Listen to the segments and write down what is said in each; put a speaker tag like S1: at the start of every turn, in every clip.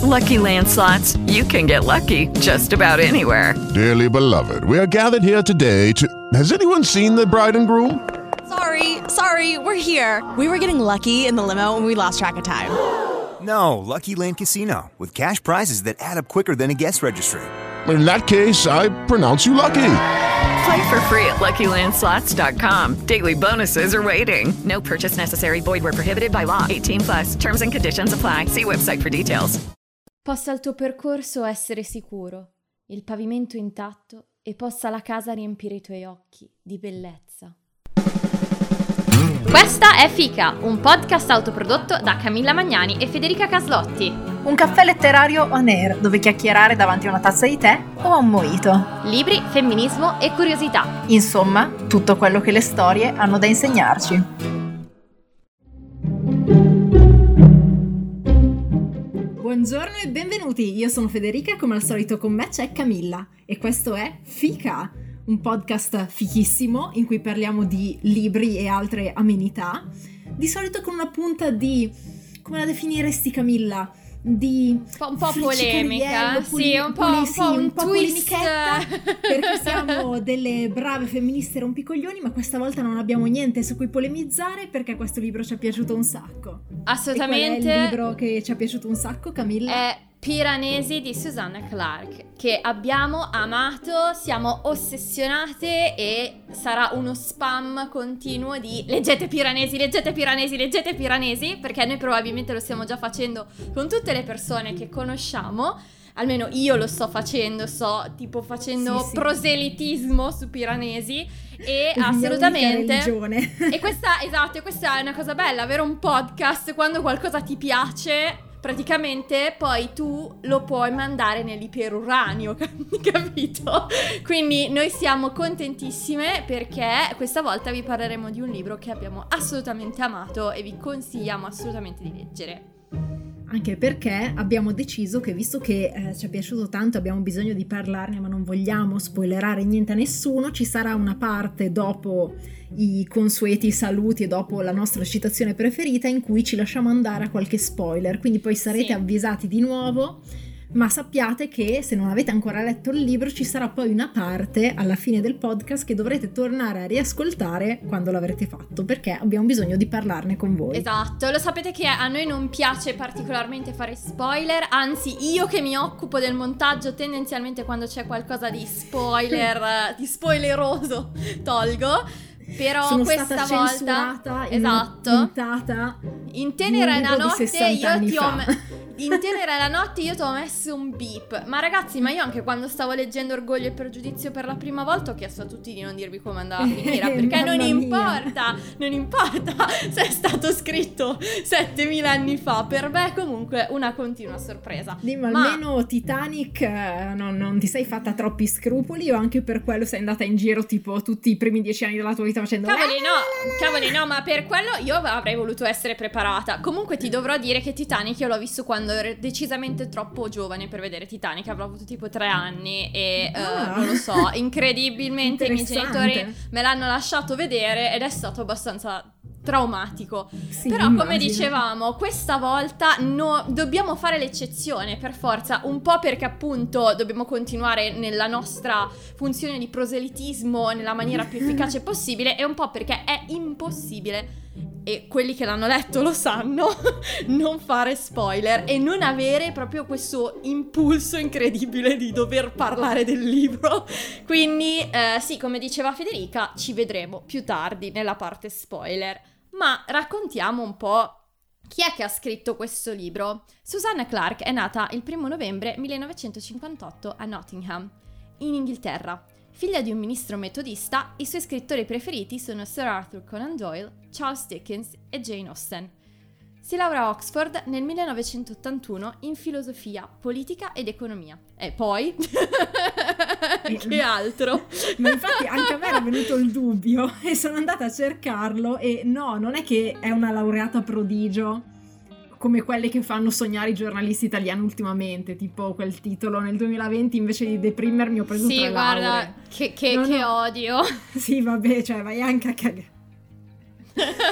S1: Lucky Land Slots, you can get lucky just about anywhere.
S2: Dearly beloved, we are gathered here today to... Has anyone seen the bride and groom?
S3: Sorry, we're here. We were getting lucky in the limo and we lost track of time.
S4: No, Lucky Land Casino, with cash prizes that add up quicker than a guest registry.
S2: In that case, I pronounce you lucky.
S1: Play for free at LuckyLandSlots.com. Daily bonuses are waiting. No purchase necessary. Void where prohibited by law. 18+. Terms and conditions apply. See website for details.
S5: Possa il tuo percorso essere sicuro, il pavimento intatto e possa la casa riempire i tuoi occhi di bellezza. Questa è Fica, un podcast autoprodotto da Camilla Magnani e Federica Caslotti.
S6: Un caffè letterario on air, dove chiacchierare davanti a una tazza di tè o a un mojito.
S5: Libri, femminismo e curiosità.
S6: Insomma, tutto quello che le storie hanno da insegnarci. Buongiorno e benvenuti, io sono Federica, come al solito con me c'è Camilla e questo è Fica, un podcast fichissimo in cui parliamo di libri e altre amenità, di solito con una punta di, come la definiresti Camilla? Di
S5: un po' polemica, sì, un po' un twist,
S6: perché siamo delle brave femministe rompicoglioni, ma questa volta non abbiamo niente su cui polemizzare perché questo libro ci è piaciuto un sacco.
S5: Assolutamente.
S6: E qual è il libro che ci è piaciuto un sacco, Camilla?
S5: È Piranesi di Susanna Clarke, che abbiamo amato, siamo ossessionate e sarà uno spam continuo di leggete Piranesi, leggete Piranesi, leggete Piranesi, perché noi probabilmente lo stiamo già facendo con tutte le persone che conosciamo, almeno io lo sto facendo, facendo proselitismo su Piranesi e assolutamente e questa è una cosa bella, avere un podcast quando qualcosa ti piace. Praticamente poi tu lo puoi mandare nell'iperuranio, capito? Quindi noi siamo contentissime perché questa volta vi parleremo di un libro che abbiamo assolutamente amato e vi consigliamo assolutamente di leggere.
S6: Anche perché abbiamo deciso che, visto che ci è piaciuto tanto, abbiamo bisogno di parlarne, ma non vogliamo spoilerare niente a nessuno, ci sarà una parte dopo i consueti saluti e dopo la nostra citazione preferita in cui ci lasciamo andare a qualche spoiler, quindi poi sarete avvisati di nuovo. Ma sappiate che se non avete ancora letto il libro ci sarà poi una parte alla fine del podcast che dovrete tornare a riascoltare quando l'avrete fatto, perché abbiamo bisogno di parlarne con voi.
S5: Esatto, lo sapete che a noi non piace particolarmente fare spoiler, anzi io che mi occupo del montaggio tendenzialmente quando c'è qualcosa di spoiler, di spoileroso tolgo. Però
S6: sono
S5: questa
S6: stata
S5: volta
S6: in una puntata
S5: in tenera la notte in tenera la notte io ti ho messo un beep. Ma ragazzi, ma io anche quando stavo leggendo Orgoglio e Pregiudizio per la prima volta ho chiesto a tutti di non dirvi come andava a finire, perché non importa se è stato scritto 7000 anni fa, per me comunque una continua sorpresa.
S6: Ma almeno Titanic non ti sei fatta troppi scrupoli, o anche per quello sei andata in giro tipo tutti i primi 10 anni della tua vita facendo
S5: Cavoli no, ma per quello io avrei voluto essere preparata. Comunque ti dovrò dire che Titanic io l'ho visto quando ero decisamente troppo giovane per vedere Titanic, avrò avuto tipo 3 anni e non lo so, incredibilmente i miei genitori me l'hanno lasciato vedere ed è stato abbastanza traumatico.
S6: Sì,
S5: però
S6: immagino.
S5: Come dicevamo, questa volta dobbiamo fare l'eccezione per forza, un po' perché appunto dobbiamo continuare nella nostra funzione di proselitismo nella maniera più efficace possibile, e un po' perché è impossibile, e quelli che l'hanno letto lo sanno, non fare spoiler e non avere proprio questo impulso incredibile di dover parlare del libro. Quindi sì, come diceva Federica, ci vedremo più tardi nella parte spoiler. Ma raccontiamo un po' chi è che ha scritto questo libro. Susanna Clarke è nata il 1 novembre 1958 a Nottingham, in Inghilterra. Figlia di un ministro metodista, i suoi scrittori preferiti sono Sir Arthur Conan Doyle, Charles Dickens e Jane Austen. Si laurea a Oxford nel 1981 in filosofia, politica ed economia. E poi? Che altro?
S6: Ma infatti anche a me era venuto il dubbio e sono andata a cercarlo e no, non è che è una laureata prodigio come quelle che fanno sognare i giornalisti italiani ultimamente, tipo quel titolo nel 2020 invece di deprimermi ho preso 3 lauree.
S5: Sì, guarda, che odio.
S6: Sì, vabbè, cioè vai anche a cagare.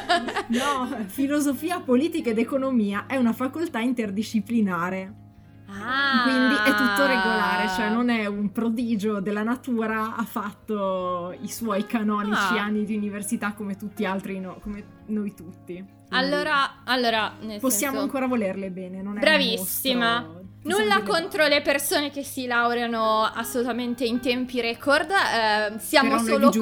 S6: No, filosofia, politica ed economia è una facoltà interdisciplinare. Quindi è tutto regolare, cioè non è un prodigio della natura, ha fatto i suoi canonici anni di università come tutti altri, come noi tutti. Quindi
S5: allora
S6: possiamo ancora volerle bene, non è
S5: bravissima.
S6: un mostro.
S5: Nulla contro le persone che si laureano assolutamente in tempi record, siamo solo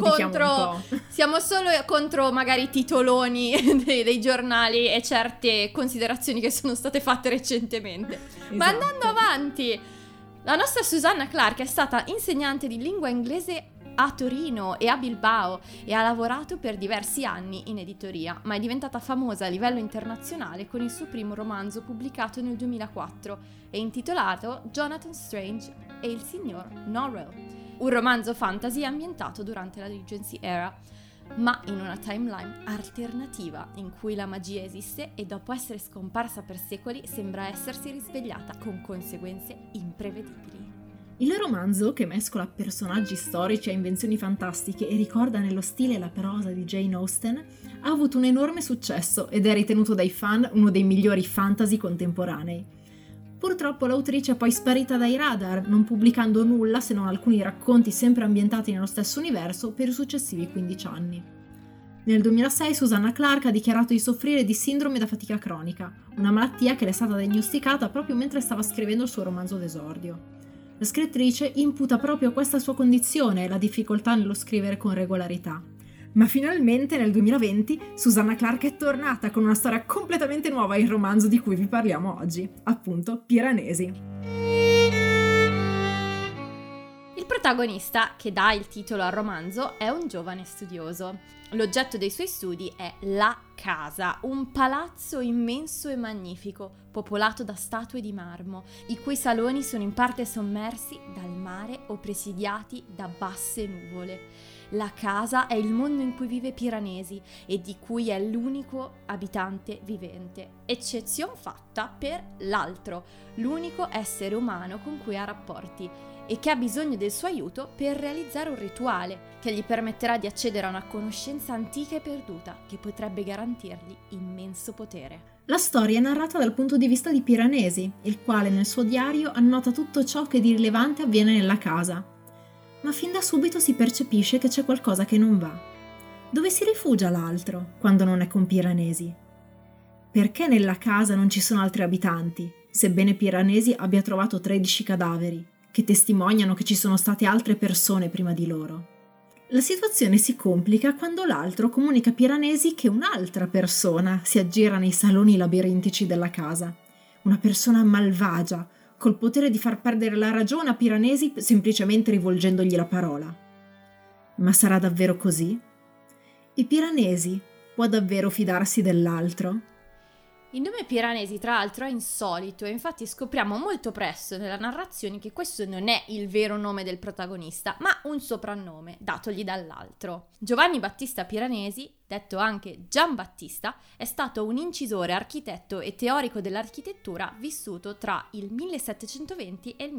S5: contro magari i titoloni dei giornali e certe considerazioni che sono state fatte recentemente.
S6: Esatto.
S5: Ma andando avanti, la nostra Susanna Clark è stata insegnante di lingua inglese a Torino e a Bilbao e ha lavorato per diversi anni in editoria, ma è diventata famosa a livello internazionale con il suo primo romanzo pubblicato nel 2004 e intitolato Jonathan Strange e il signor Norrell, un romanzo fantasy ambientato durante la Regency Era, ma in una timeline alternativa in cui la magia esiste e dopo essere scomparsa per secoli sembra essersi risvegliata con conseguenze imprevedibili.
S6: Il romanzo, che mescola personaggi storici e invenzioni fantastiche e ricorda nello stile la prosa di Jane Austen, ha avuto un enorme successo ed è ritenuto dai fan uno dei migliori fantasy contemporanei. Purtroppo l'autrice è poi sparita dai radar, non pubblicando nulla se non alcuni racconti sempre ambientati nello stesso universo per i successivi 15 anni. Nel 2006 Susanna Clark ha dichiarato di soffrire di sindrome da fatica cronica, una malattia che le è stata diagnosticata proprio mentre stava scrivendo il suo romanzo d'esordio. La scrittrice imputa proprio questa sua condizione e la difficoltà nello scrivere con regolarità. Ma finalmente nel 2020 Susanna Clark è tornata con una storia completamente nuova in romanzo di cui vi parliamo oggi, appunto Piranesi.
S5: Il protagonista, che dà il titolo al romanzo, è un giovane studioso. L'oggetto dei suoi studi è la casa, un palazzo immenso e magnifico, popolato da statue di marmo, i cui saloni sono in parte sommersi dal mare o presidiati da basse nuvole. La casa è il mondo in cui vive Piranesi e di cui è l'unico abitante vivente, eccezion fatta per l'altro, l'unico essere umano con cui ha rapporti e che ha bisogno del suo aiuto per realizzare un rituale che gli permetterà di accedere a una conoscenza antica e perduta che potrebbe garantirgli immenso potere.
S6: La storia è narrata dal punto di vista di Piranesi, il quale nel suo diario annota tutto ciò che di rilevante avviene nella casa. Ma fin da subito si percepisce che c'è qualcosa che non va. Dove si rifugia l'altro quando non è con Piranesi? Perché nella casa non ci sono altri abitanti, sebbene Piranesi abbia trovato 13 cadaveri, che testimoniano che ci sono state altre persone prima di loro? La situazione si complica quando l'altro comunica a Piranesi che un'altra persona si aggira nei saloni labirintici della casa. Una persona malvagia, col potere di far perdere la ragione a Piranesi semplicemente rivolgendogli la parola. Ma sarà davvero così? E Piranesi può davvero fidarsi dell'altro?
S5: Il nome Piranesi, tra l'altro, è insolito e infatti scopriamo molto presto nella narrazione che questo non è il vero nome del protagonista, ma un soprannome datogli dall'altro. Giovanni Battista Piranesi, detto anche Giambattista, è stato un incisore, architetto e teorico dell'architettura vissuto tra il 1720 e il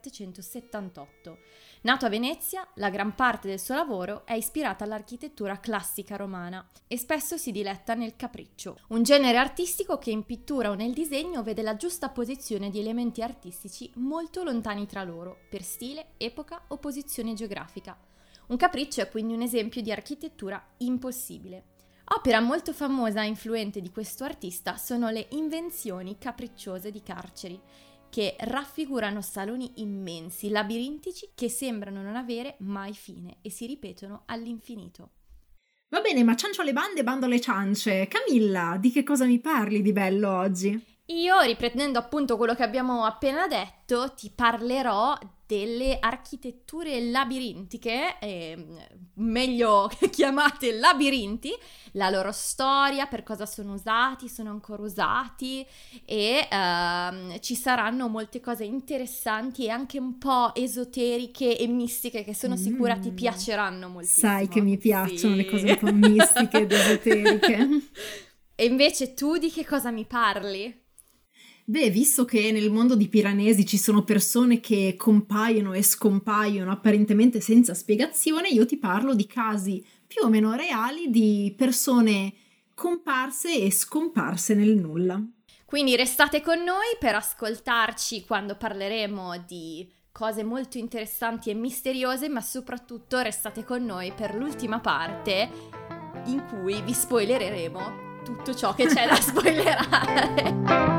S5: 1778. Nato a Venezia, la gran parte del suo lavoro è ispirata all'architettura classica romana e spesso si diletta nel capriccio, un genere artistico che in pittura o nel disegno vede la giusta posizione di elementi artistici molto lontani tra loro, per stile, epoca o posizione geografica. Un capriccio è quindi un esempio di architettura impossibile. Opera molto famosa e influente di questo artista sono le invenzioni capricciose di Carceri, che raffigurano saloni immensi, labirintici, che sembrano non avere mai fine e si ripetono all'infinito.
S6: Va bene, ma ciancio alle bande, bando alle ciance. Camilla, di che cosa mi parli di bello oggi?
S5: Io, riprendendo appunto quello che abbiamo appena detto, ti parlerò delle architetture labirintiche, meglio chiamate labirinti, la loro storia, per cosa sono usati, sono ancora usati e ci saranno molte cose interessanti e anche un po' esoteriche e mistiche che sono sicura ti piaceranno moltissimo.
S6: Sai che mi piacciono le cose un po' mistiche ed esoteriche.
S5: E invece tu di che cosa mi parli?
S6: Beh, visto che nel mondo di Piranesi ci sono persone che compaiono e scompaiono apparentemente senza spiegazione, io ti parlo di casi più o meno reali di persone comparse e scomparse nel nulla.
S5: Quindi restate con noi per ascoltarci quando parleremo di cose molto interessanti e misteriose, ma soprattutto restate con noi per l'ultima parte in cui vi spoilereremo tutto ciò che c'è da spoilerare.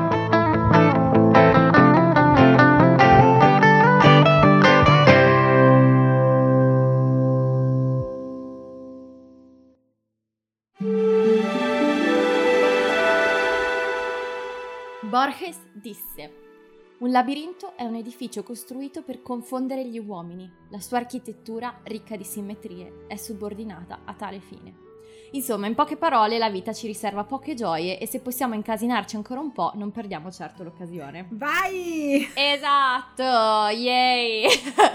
S5: Borges disse: un labirinto è un edificio costruito per confondere gli uomini. La sua architettura, ricca di simmetrie, è subordinata a tale fine. Insomma, in poche parole, la vita ci riserva poche gioie e se possiamo incasinarci ancora un po', non perdiamo certo l'occasione.
S6: Vai!
S5: Esatto! Yay!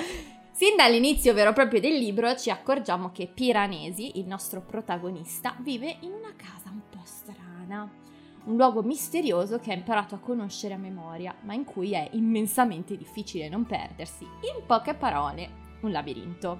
S5: Sin dall'inizio vero e proprio del libro ci accorgiamo che Piranesi, il nostro protagonista, vive in una casa un po' strana. Un luogo misterioso che ha imparato a conoscere a memoria, ma in cui è immensamente difficile non perdersi. In poche parole, un labirinto.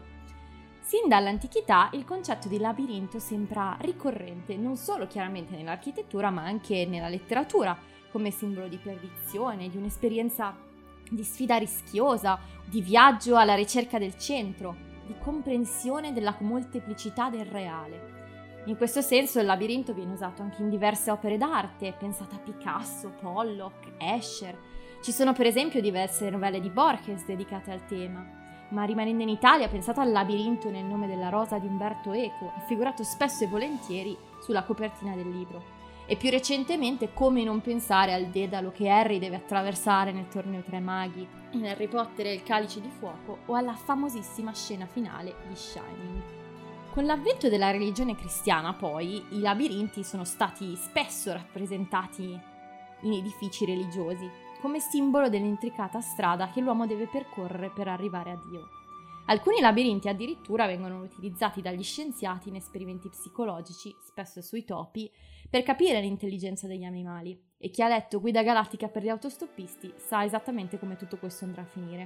S5: Sin dall'antichità il concetto di labirinto sembra ricorrente non solo chiaramente nell'architettura, ma anche nella letteratura, come simbolo di perdizione, di un'esperienza di sfida rischiosa, di viaggio alla ricerca del centro, di comprensione della molteplicità del reale. In questo senso il labirinto viene usato anche in diverse opere d'arte, pensate a Picasso, Pollock, Escher. Ci sono per esempio diverse novelle di Borges dedicate al tema. Ma rimanendo in Italia, pensate al labirinto nel nome della rosa di Umberto Eco, raffigurato spesso e volentieri sulla copertina del libro. E più recentemente come non pensare al dedalo che Harry deve attraversare nel Torneo Tre Maghi, in Harry Potter e il Calice di Fuoco o alla famosissima scena finale di Shining. Con l'avvento della religione cristiana, poi, i labirinti sono stati spesso rappresentati in edifici religiosi, come simbolo dell'intricata strada che l'uomo deve percorrere per arrivare a Dio. Alcuni labirinti addirittura vengono utilizzati dagli scienziati in esperimenti psicologici, spesso sui topi, per capire l'intelligenza degli animali. E chi ha letto Guida Galattica per gli autostoppisti sa esattamente come tutto questo andrà a finire.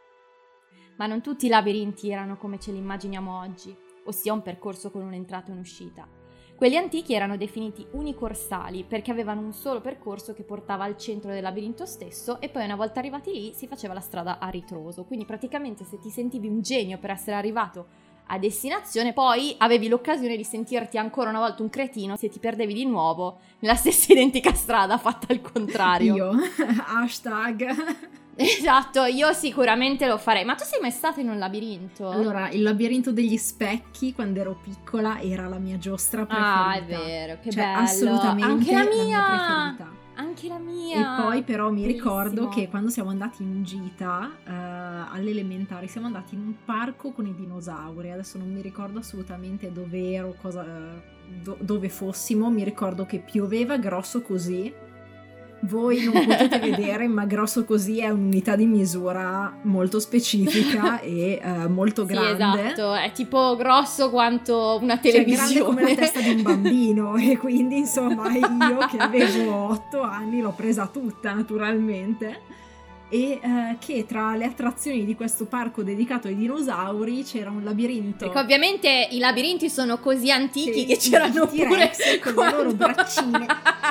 S5: Ma non tutti i labirinti erano come ce li immaginiamo oggi, ossia un percorso con un'entrata e un'uscita. Quelli antichi erano definiti unicorsali perché avevano un solo percorso che portava al centro del labirinto stesso e poi una volta arrivati lì si faceva la strada a ritroso. Quindi praticamente se ti sentivi un genio per essere arrivato a destinazione, poi avevi l'occasione di sentirti ancora una volta un cretino se ti perdevi di nuovo nella stessa identica strada fatta al contrario.
S6: Io, hashtag...
S5: Esatto, io sicuramente lo farei. Ma tu sei mai stata in un labirinto?
S6: Allora, il labirinto degli specchi quando ero piccola era la mia giostra preferita.
S5: Ah, è vero, che bello.
S6: Assolutamente
S5: anche la mia
S6: preferita.
S5: Anche la mia.
S6: E poi però mi
S5: Bellissimo.
S6: ricordo che quando siamo andati in gita alle elementari siamo andati in un parco con i dinosauri. Adesso non mi ricordo assolutamente dove ero, dove fossimo. Mi ricordo che pioveva grosso così. Voi non potete vedere, ma grosso così è un'unità di misura molto specifica e molto grande.
S5: Sì, esatto, è tipo grosso quanto una televisione.
S6: Cioè, grande come la testa di un bambino e quindi insomma io che avevo 8 anni l'ho presa tutta naturalmente. E che tra le attrazioni di questo parco dedicato ai dinosauri c'era un labirinto.
S5: Perché ovviamente i labirinti sono così antichi che
S6: i
S5: c'erano pure
S6: con le loro braccine.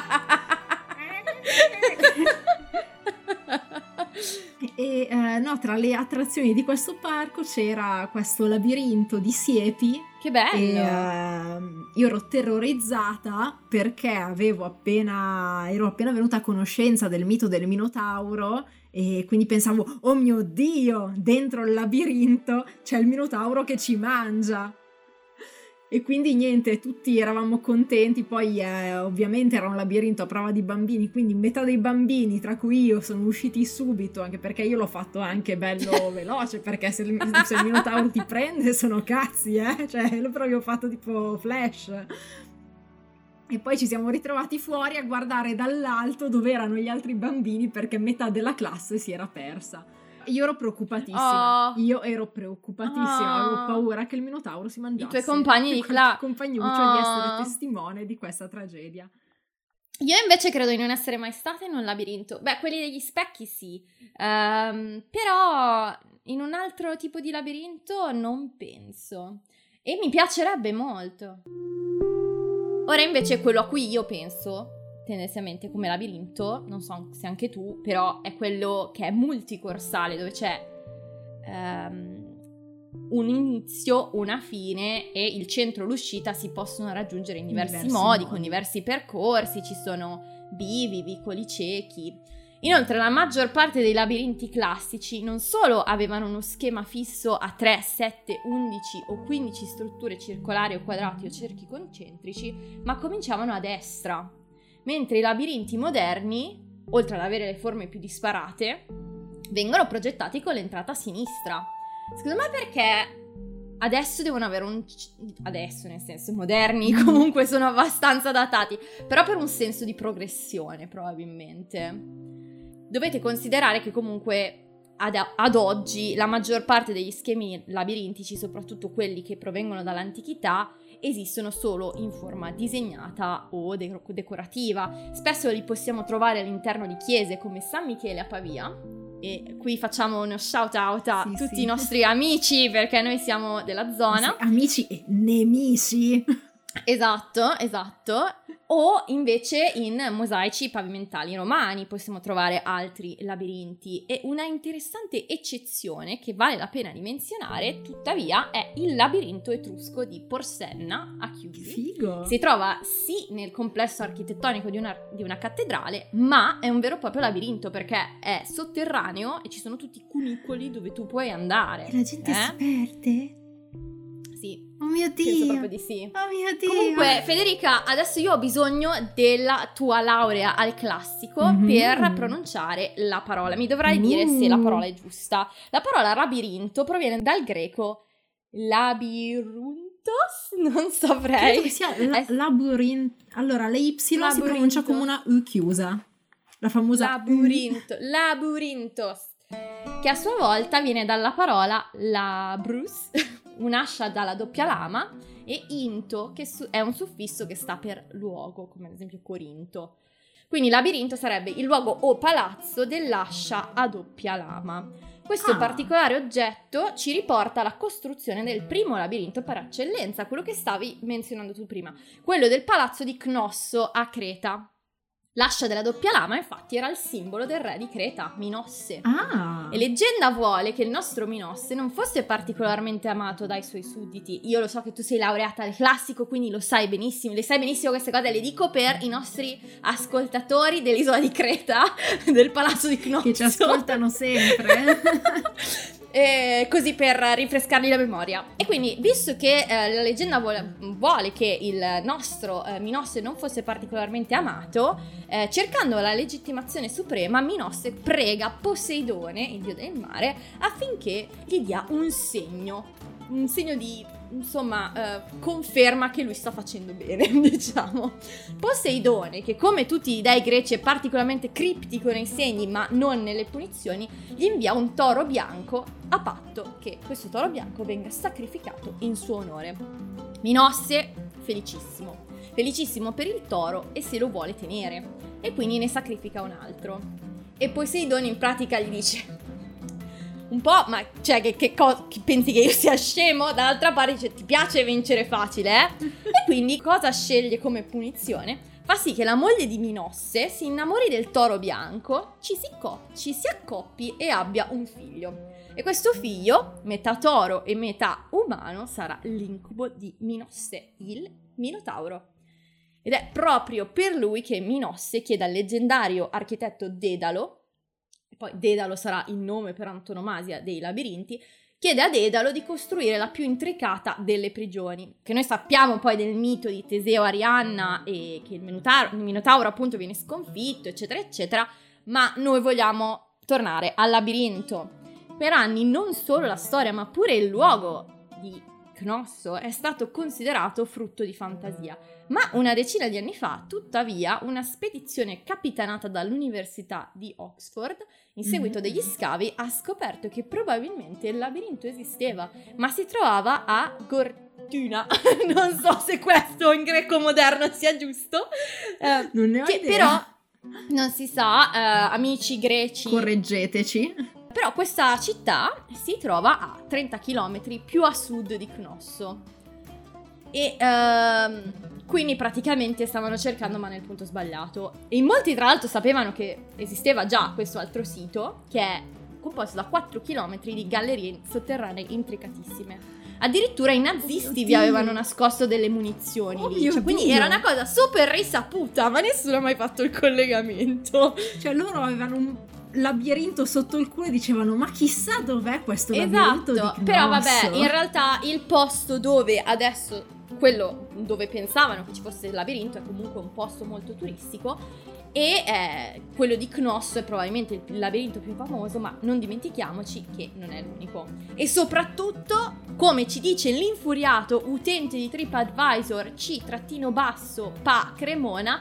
S6: E no, tra le attrazioni di questo parco c'era questo labirinto di siepi.
S5: Che bello!
S6: E io ero terrorizzata perché ero appena venuta a conoscenza del mito del Minotauro e quindi pensavo, oh mio Dio, dentro il labirinto c'è il Minotauro che ci mangia. E quindi niente, tutti eravamo contenti, poi ovviamente era un labirinto a prova di bambini, quindi metà dei bambini, tra cui io, sono usciti subito, anche perché io l'ho fatto anche bello veloce, perché se il Minotauro ti prende sono cazzi, cioè l'ho proprio fatto tipo Flash. E poi ci siamo ritrovati fuori a guardare dall'alto dove erano gli altri bambini perché metà della classe si era persa. Io ero preoccupatissima, avevo paura che il Minotauro si mangiasse
S5: i tuoi compagni di classe,
S6: compagnuccio di essere testimone di questa tragedia.
S5: Io invece credo di non essere mai stata in un labirinto. Beh, quelli degli specchi sì, però in un altro tipo di labirinto non penso. E mi piacerebbe molto. Ora invece quello a cui io penso tendenzialmente come labirinto, non so se anche tu, però è quello che è multicorsale, dove c'è un inizio, una fine e il centro, l'uscita si possono raggiungere in diversi modi, con diversi percorsi, ci sono bivi, vicoli ciechi. Inoltre la maggior parte dei labirinti classici non solo avevano uno schema fisso a 3, 7, 11 o 15 strutture circolari o quadrati o cerchi concentrici, ma cominciavano a destra, mentre i labirinti moderni, oltre ad avere le forme più disparate, vengono progettati con l'entrata a sinistra. Secondo me perché adesso devono avere adesso nel senso moderni comunque sono abbastanza datati, però per un senso di progressione probabilmente. Dovete considerare che comunque ad oggi la maggior parte degli schemi labirintici, soprattutto quelli che provengono dall'antichità, esistono solo in forma disegnata o decorativa. Spesso li possiamo trovare all'interno di chiese come San Michele a Pavia, e qui facciamo uno shout out a tutti i nostri amici, perché noi siamo della zona.
S6: Sì, amici e nemici.
S5: Esatto. O invece in mosaici pavimentali romani possiamo trovare altri labirinti, e una interessante eccezione che vale la pena di menzionare tuttavia è il labirinto etrusco di Porsenna a Chiusi.
S6: Figo!
S5: Si trova sì nel complesso architettonico di una cattedrale, ma è un vero e proprio labirinto perché è sotterraneo e ci sono tutti i cunicoli dove tu puoi andare.
S6: E la gente si perde?
S5: Sì.
S6: Oh mio Dio!
S5: Penso proprio di sì.
S6: Oh mio Dio!
S5: Comunque, Federica, adesso io ho bisogno della tua laurea al classico per pronunciare la parola. Mi dovrai dire se la parola è giusta. La parola labirinto proviene dal greco labiruntos? Non saprei.
S6: Credo che sia labirinto. Allora, la Y si pronuncia come una U chiusa. La famosa
S5: labirintos, che a sua volta viene dalla parola labrus, un'ascia dalla doppia lama, e into, che è un suffisso che sta per luogo, come ad esempio Corinto. Quindi labirinto sarebbe il luogo o palazzo dell'ascia a doppia lama. Questo particolare oggetto ci riporta alla costruzione del primo labirinto per eccellenza, quello che stavi menzionando tu prima, quello del palazzo di Cnosso a Creta. L'ascia della doppia lama, infatti, era il simbolo del re di Creta, Minosse. E leggenda vuole che il nostro Minosse non fosse particolarmente amato dai suoi sudditi. Io lo so che tu sei laureata al classico, quindi lo sai benissimo. Le sai benissimo queste cose, le dico per i nostri ascoltatori dell'isola di Creta, del palazzo di Cnosso.
S6: Che ci ascoltano sempre.
S5: Così per rinfrescargli la memoria. E quindi, visto che la leggenda vuole che il nostro Minosse non fosse particolarmente amato, cercando la legittimazione suprema, Minosse prega Poseidone, il dio del mare, affinché gli dia un segno di, insomma, conferma che lui sta facendo bene, diciamo. Poseidone, che come tutti i dei greci è particolarmente criptico nei segni ma non nelle punizioni, gli invia un toro bianco a patto che questo toro bianco venga sacrificato in suo onore. Minosse, felicissimo per il toro, e se lo vuole tenere, e quindi ne sacrifica un altro. E Poseidone in pratica gli dice: un po', ma cioè che pensi che io sia scemo? Dall'altra parte dice: ti piace vincere facile, eh? E quindi cosa sceglie come punizione? Fa sì che la moglie di Minosse si innamori del toro bianco, ci si accoppi e abbia un figlio. E questo figlio, metà toro e metà umano, sarà l'incubo di Minosse, il Minotauro. Ed è proprio per lui che Minosse chiede al leggendario architetto Dedalo, poi Dedalo sarà il nome per antonomasia dei labirinti, chiede a Dedalo di costruire la più intricata delle prigioni, che noi sappiamo poi del mito di Teseo e Arianna, e che il Minotauro appunto viene sconfitto, eccetera eccetera, ma noi vogliamo tornare al labirinto. Per anni non solo la storia ma pure il luogo di Cnosso è stato considerato frutto di fantasia, ma una decina di anni fa, tuttavia, una spedizione capitanata dall'Università di Oxford, in seguito degli scavi, ha scoperto che probabilmente il labirinto esisteva, ma si trovava a Gortyna. Non so se questo in greco moderno sia giusto,
S6: non ne ho idea.
S5: Però non si sa, amici greci,
S6: correggeteci.
S5: Però questa città si trova a 30 km più a sud di Cnosso. E Quindi praticamente stavano cercando ma nel punto sbagliato. E in molti tra l'altro sapevano che esisteva già questo altro sito, che è composto da 4 km di gallerie sotterranee intricatissime. Addirittura i nazisti vi avevano nascosto delle munizioni lì. Cioè, quindi era una cosa super risaputa, ma nessuno ha mai fatto il collegamento.
S6: Cioè loro avevano un labirinto sotto il culo e dicevano ma chissà dov'è questo labirinto di Cnosso.
S5: Però vabbè, in realtà il posto dove adesso, quello dove pensavano che ci fosse il labirinto, è comunque un posto molto turistico. E quello di Cnosso è probabilmente il labirinto più famoso, ma non dimentichiamoci che non è l'unico. E soprattutto, come ci dice l'infuriato utente di TripAdvisor C-Pa Cremona,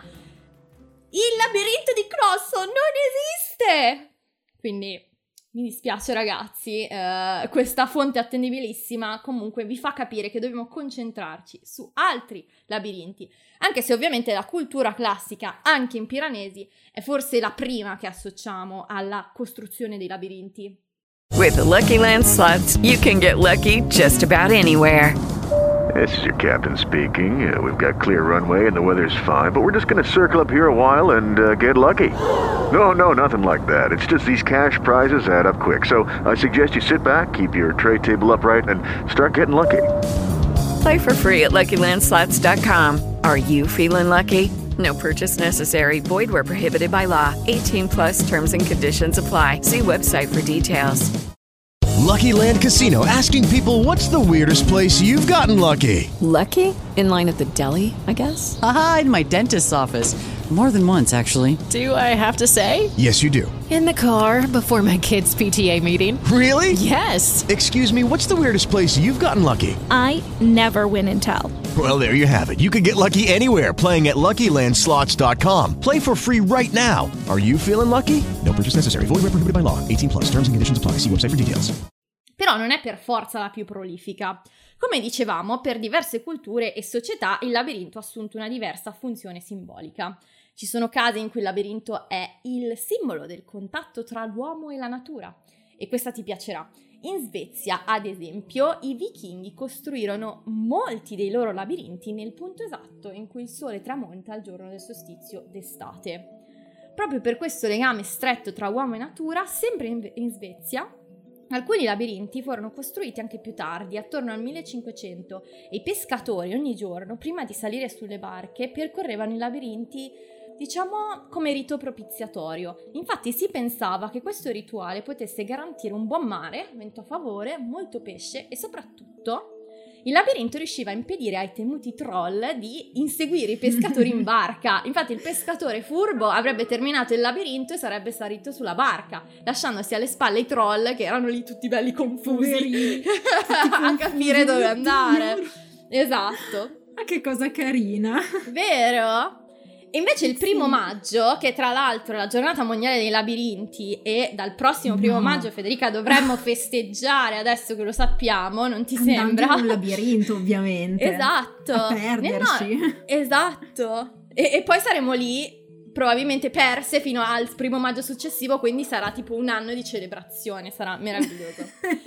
S5: il labirinto di Cnosso non esiste! Quindi mi dispiace ragazzi, questa fonte attendibilissima comunque vi fa capire che dobbiamo concentrarci su altri labirinti, anche se ovviamente la cultura classica, anche in Piranesi, è forse la prima che associamo alla costruzione dei labirinti.
S1: With the Lucky Land Slots, you can get lucky just about anywhere.
S7: This is your captain speaking. We've got clear runway and the weather's fine, but we're just going to circle up here a while and get lucky. No, nothing like that. It's just these cash prizes add up quick. So I suggest you sit back, keep your tray table upright, and start getting lucky.
S1: Play for free at LuckyLandSlots.com. Are you feeling lucky? No purchase necessary. Void where prohibited by law. 18 plus terms and conditions apply. See website for details.
S8: Lucky Land Casino, asking people, what's the weirdest place you've gotten lucky?
S9: Lucky? In line at the deli, I guess?
S10: Aha, in my dentist's office. More than once, actually.
S9: Do I have to say?
S8: Yes, you do.
S9: In the car before my kids' PTA meeting.
S8: Really?
S9: Yes.
S8: Excuse me, what's the weirdest place you've gotten lucky?
S11: I never win and tell.
S8: Well, there you have it. You can get lucky anywhere, playing at LuckyLandSlots.com. Play for free right now. Are you feeling lucky? No purchase necessary. Void where prohibited by law. 18 plus. Terms and conditions apply. See website for details.
S5: Però non è per forza la più prolifica. Come dicevamo, per diverse culture e società il labirinto ha assunto una diversa funzione simbolica. Ci sono casi in cui il labirinto è il simbolo del contatto tra l'uomo e la natura. E questa ti piacerà. In Svezia, ad esempio, i vichinghi costruirono molti dei loro labirinti nel punto esatto in cui il sole tramonta al giorno del solstizio d'estate. Proprio per questo legame stretto tra uomo e natura, sempre in Svezia, alcuni labirinti furono costruiti anche più tardi, attorno al 1500, e i pescatori ogni giorno, prima di salire sulle barche, percorrevano i labirinti, diciamo, come rito propiziatorio. Infatti si pensava che questo rituale potesse garantire un buon mare, vento a favore, molto pesce e soprattutto il labirinto riusciva a impedire ai temuti troll di inseguire i pescatori in barca. Infatti il pescatore furbo avrebbe terminato il labirinto e sarebbe salito sulla barca, lasciandosi alle spalle i troll che erano lì tutti belli confusi a capire dove andare. Esatto.
S6: Ma che cosa carina.
S5: Vero? E invece il 1° maggio, che tra l'altro è la giornata mondiale dei labirinti, e dal prossimo 1° maggio, Federica, dovremmo festeggiare, adesso che lo sappiamo, non ti sembra?
S6: Un labirinto, ovviamente.
S5: Esatto.
S6: A perderci.
S5: Esatto. E poi saremo lì, probabilmente perse, fino al 1° maggio successivo, quindi sarà tipo un anno di celebrazione, sarà meraviglioso.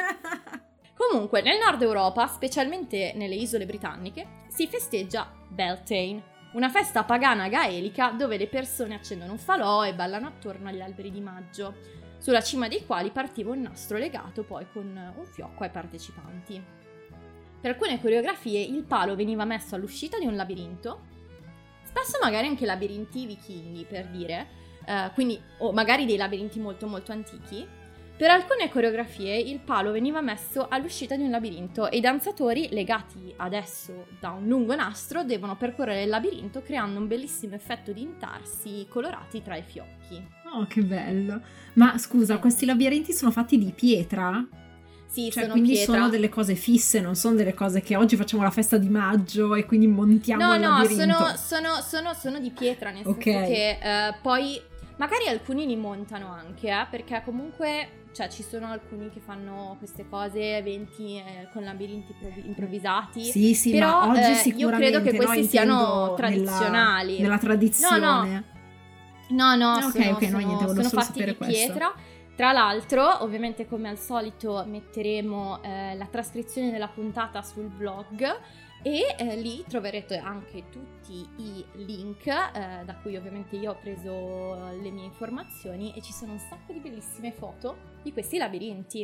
S5: Comunque, nel nord Europa, specialmente nelle isole britanniche, si festeggia Beltane, una festa pagana gaelica dove le persone accendono un falò e ballano attorno agli alberi di maggio, sulla cima dei quali partiva un nastro legato poi con un fiocco ai partecipanti. Per alcune coreografie il palo veniva messo all'uscita di un labirinto, spesso magari anche labirinti vichinghi, per dire, quindi, o magari dei labirinti molto molto antichi. Per alcune coreografie il palo veniva messo all'uscita di un labirinto e i danzatori, legati adesso da un lungo nastro, devono percorrere il labirinto creando un bellissimo effetto di intarsi colorati tra i fiocchi.
S6: Oh, che bello! Ma scusa, questi labirinti sono fatti di pietra?
S5: Sì,
S6: cioè,
S5: sono
S6: quindi
S5: pietra.
S6: sono delle cose fisse, non sono delle cose che oggi facciamo la festa di maggio e quindi montiamo il labirinto.
S5: No, sono di pietra, nel senso che poi magari alcuni li montano anche, perché comunque, cioè, ci sono alcuni che fanno queste cose, eventi con labirinti improvvisati.
S6: Sì,
S5: però,
S6: ma oggi sicuramente
S5: io credo che questi siano tradizionali.
S6: Nella tradizione.
S5: No,
S6: sono
S5: fatti di pietra. Tra l'altro, ovviamente come al solito metteremo la trascrizione della puntata sul blog, e lì troverete anche tutti i link da cui ovviamente io ho preso le mie informazioni, e ci sono un sacco di bellissime foto di questi labirinti.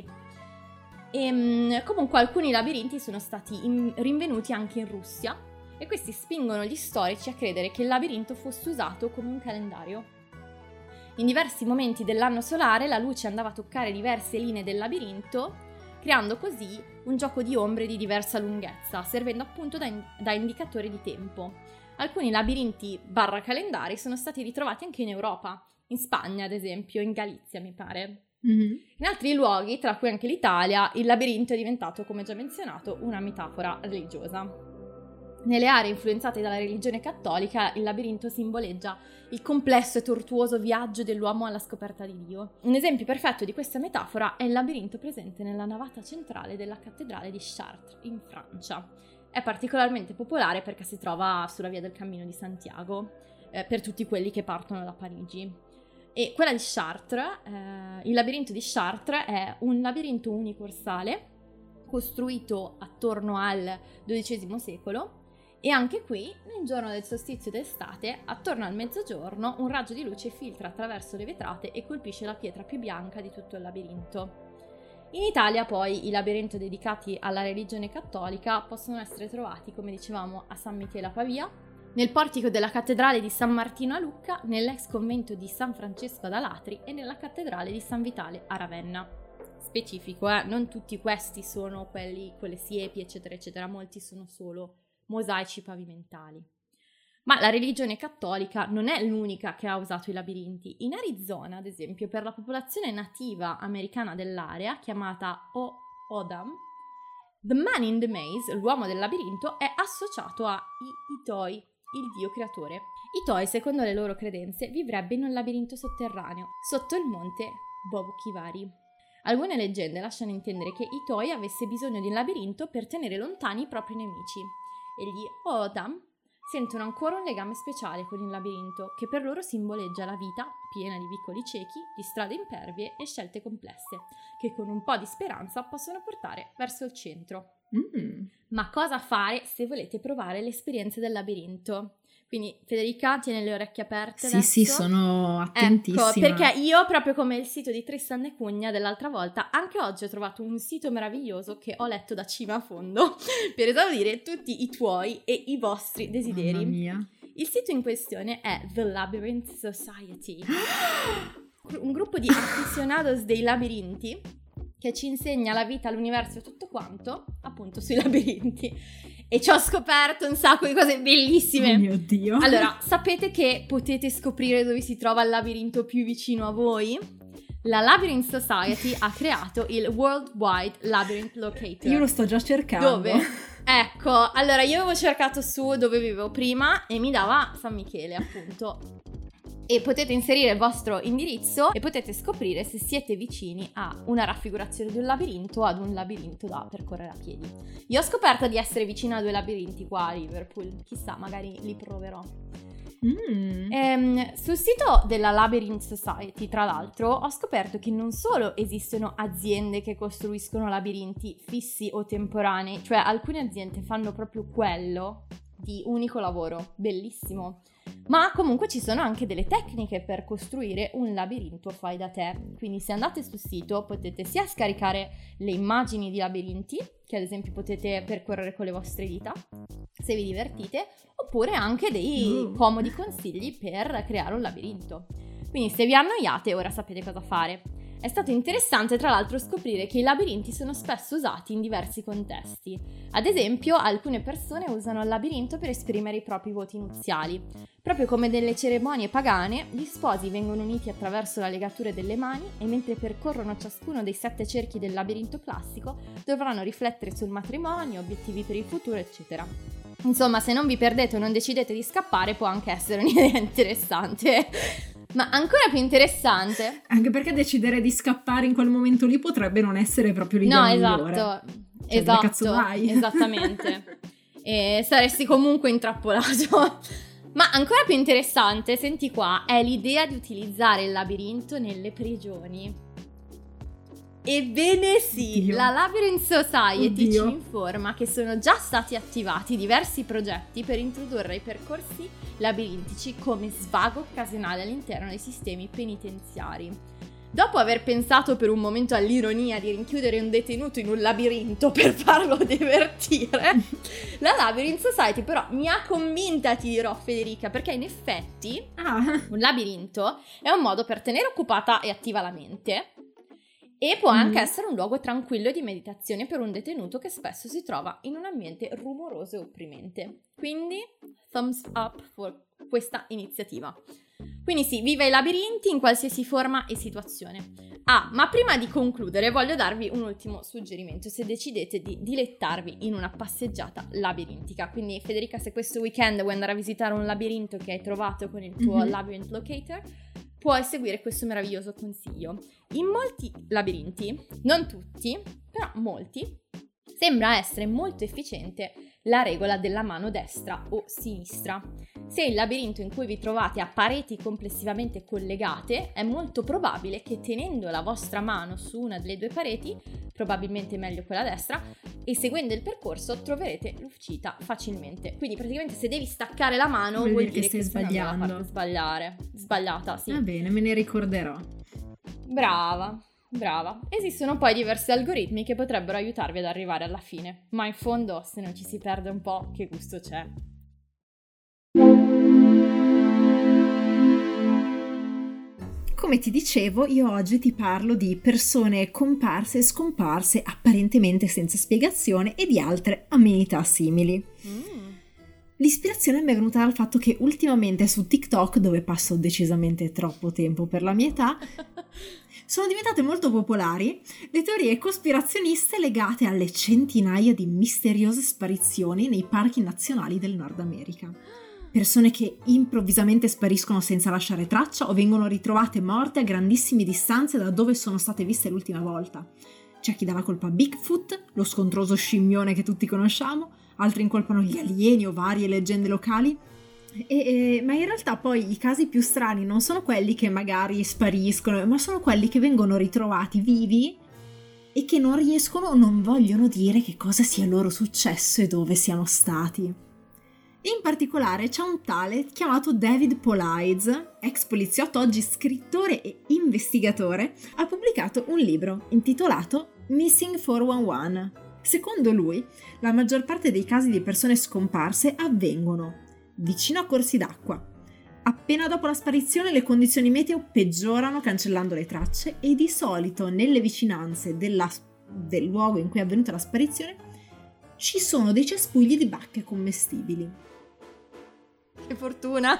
S5: E comunque alcuni labirinti sono stati rinvenuti anche in Russia, e questi spingono gli storici a credere che il labirinto fosse usato come un calendario. In diversi momenti dell'anno solare la luce andava a toccare diverse linee del labirinto, creando così un gioco di ombre di diversa lunghezza, servendo appunto da indicatore di tempo. Alcuni labirinti / calendari sono stati ritrovati anche in Europa, in Spagna ad esempio, in Galizia mi pare. In altri luoghi, tra cui anche l'Italia, il labirinto è diventato, come già menzionato, una metafora religiosa. Nelle aree influenzate dalla religione cattolica, il labirinto simboleggia il complesso e tortuoso viaggio dell'uomo alla scoperta di Dio. Un esempio perfetto di questa metafora è il labirinto presente nella navata centrale della cattedrale di Chartres, in Francia. È particolarmente popolare perché si trova sulla via del Cammino di Santiago, per tutti quelli che partono da Parigi. E quella di Chartres, il labirinto di Chartres, è un labirinto unicorsale costruito attorno al XII secolo. E anche qui, nel giorno del solstizio d'estate, attorno al mezzogiorno, un raggio di luce filtra attraverso le vetrate e colpisce la pietra più bianca di tutto il labirinto. In Italia, poi, i labirinti dedicati alla religione cattolica possono essere trovati, come dicevamo, a San Michele a Pavia, nel portico della cattedrale di San Martino a Lucca, nell'ex convento di San Francesco ad Alatri e nella cattedrale di San Vitale a Ravenna. Specifico, non tutti questi sono quelli con le siepi, eccetera, eccetera, molti sono solo mosaici pavimentali. Ma la religione cattolica non è l'unica che ha usato i labirinti. In Arizona, ad esempio, per la popolazione nativa americana dell'area, chiamata O'odham, The Man in the Maze, l'uomo del labirinto, è associato a Itoi, il dio creatore. Itoi, secondo le loro credenze, vivrebbe in un labirinto sotterraneo, sotto il monte Bobukivari. Alcune leggende lasciano intendere che Itoi avesse bisogno di un labirinto per tenere lontani i propri nemici, e gli O'odham sentono ancora un legame speciale con il labirinto, che per loro simboleggia la vita piena di vicoli ciechi, di strade impervie e scelte complesse, che con un po' di speranza possono portare verso il centro. Ma cosa fare se volete provare l'esperienza del labirinto? Quindi Federica, tieni le orecchie aperte adesso.
S6: Sì, sono attentissima.
S5: Ecco, perché io, proprio come il sito di Tristan e Cugna dell'altra volta, anche oggi ho trovato un sito meraviglioso che ho letto da cima a fondo per esaudire tutti i tuoi e i vostri desideri.
S6: Mamma mia.
S5: Il sito in questione è The Labyrinth Society, un gruppo di aficionados dei labirinti che ci insegna la vita, l'universo e tutto quanto, appunto, sui labirinti. E ci ho scoperto un sacco di cose bellissime.
S6: Oh mio Dio.
S5: Allora, sapete che potete scoprire dove si trova il labirinto più vicino a voi? La Labyrinth Society ha creato il Worldwide Labyrinth Locator.
S6: Io lo sto già cercando.
S5: Dove? Ecco, allora io avevo cercato su dove vivevo prima e mi dava San Michele, appunto. E potete inserire il vostro indirizzo e potete scoprire se siete vicini a una raffigurazione di un labirinto o ad un labirinto da percorrere a piedi. Io ho scoperto di essere vicina a 2 labirinti qua a Liverpool, chissà, magari li proverò. Sul sito della Labyrinth Society, tra l'altro, ho scoperto che non solo esistono aziende che costruiscono labirinti fissi o temporanei, cioè alcune aziende fanno proprio quello di unico lavoro, bellissimo, ma comunque ci sono anche delle tecniche per costruire un labirinto fai da te. Quindi se andate sul sito potete sia scaricare le immagini di labirinti, che ad esempio potete percorrere con le vostre dita se vi divertite, oppure anche dei comodi consigli per creare un labirinto. Quindi se vi annoiate ora sapete cosa fare. È stato interessante tra l'altro scoprire che i labirinti sono spesso usati in diversi contesti. Ad esempio, alcune persone usano il labirinto per esprimere i propri voti nuziali. Proprio come nelle cerimonie pagane, gli sposi vengono uniti attraverso la legatura delle mani e mentre percorrono ciascuno dei 7 cerchi del labirinto classico dovranno riflettere sul matrimonio, obiettivi per il futuro, eccetera. Insomma, se non vi perdete o non decidete di scappare può anche essere un'idea interessante. Ma ancora più interessante,
S6: anche perché decidere di scappare in quel momento lì potrebbe non essere proprio l'idea migliore. Cioè, dove cazzo vai?
S5: Esattamente. E saresti comunque intrappolato. Ma ancora più interessante, senti qua, è l'idea di utilizzare il labirinto nelle prigioni. Ebbene sì,
S6: Oddio.
S5: la Labyrinth Society
S6: Oddio.
S5: ci informa che sono già stati attivati diversi progetti per introdurre i percorsi labirintici come svago occasionale all'interno dei sistemi penitenziari. Dopo aver pensato per un momento all'ironia di rinchiudere un detenuto in un labirinto per farlo divertire, la Labyrinth Society però mi ha convinta, ti dirò Federica, perché in effetti un labirinto è un modo per tenere occupata e attiva la mente e può anche essere un luogo tranquillo di meditazione per un detenuto che spesso si trova in un ambiente rumoroso e opprimente. Quindi, thumbs up for questa iniziativa. Quindi sì, viva i labirinti in qualsiasi forma e situazione. Ma prima di concludere voglio darvi un ultimo suggerimento se decidete di dilettarvi in una passeggiata labirintica. Quindi Federica, se questo weekend vuoi andare a visitare un labirinto che hai trovato con il tuo Labyrinth Locator, puoi seguire questo meraviglioso consiglio. In molti labirinti, non tutti, però molti, sembra essere molto efficiente la regola della mano destra o sinistra. Se il labirinto in cui vi trovate ha pareti complessivamente collegate, è molto probabile che tenendo la vostra mano su una delle due pareti, probabilmente meglio quella destra, e seguendo il percorso troverete l'uscita facilmente. Quindi praticamente se devi staccare la mano vuol dire che stai sbagliando. Alla parte sbagliata, sì.
S6: Va bene, me ne ricorderò.
S5: Brava. Esistono poi diversi algoritmi che potrebbero aiutarvi ad arrivare alla fine, ma in fondo se non ci si perde un po', che gusto c'è?
S6: Come ti dicevo, io oggi ti parlo di persone comparse e scomparse apparentemente senza spiegazione e di altre amenità simili. L'ispirazione mi è venuta dal fatto che ultimamente su TikTok, dove passo decisamente troppo tempo per la mia età, sono diventate molto popolari le teorie cospirazioniste legate alle centinaia di misteriose sparizioni nei parchi nazionali del Nord America. Persone che improvvisamente spariscono senza lasciare traccia o vengono ritrovate morte a grandissime distanze da dove sono state viste l'ultima volta. C'è chi dà la colpa a Bigfoot, lo scontroso scimmione che tutti conosciamo, altri incolpano gli alieni o varie leggende locali. Ma in realtà poi i casi più strani non sono quelli che magari spariscono, ma sono quelli che vengono ritrovati vivi e che non riescono o non vogliono dire che cosa sia loro successo e dove siano stati. In particolare c'è un tale chiamato David Paulides, ex poliziotto, oggi scrittore e investigatore, ha pubblicato un libro intitolato Missing 411. Secondo lui, la maggior parte dei casi di persone scomparse avvengono vicino a corsi d'acqua. Appena dopo la sparizione le condizioni meteo peggiorano cancellando le tracce e di solito nelle vicinanze del luogo in cui è avvenuta la sparizione ci sono dei cespugli di bacche commestibili.
S5: Che fortuna!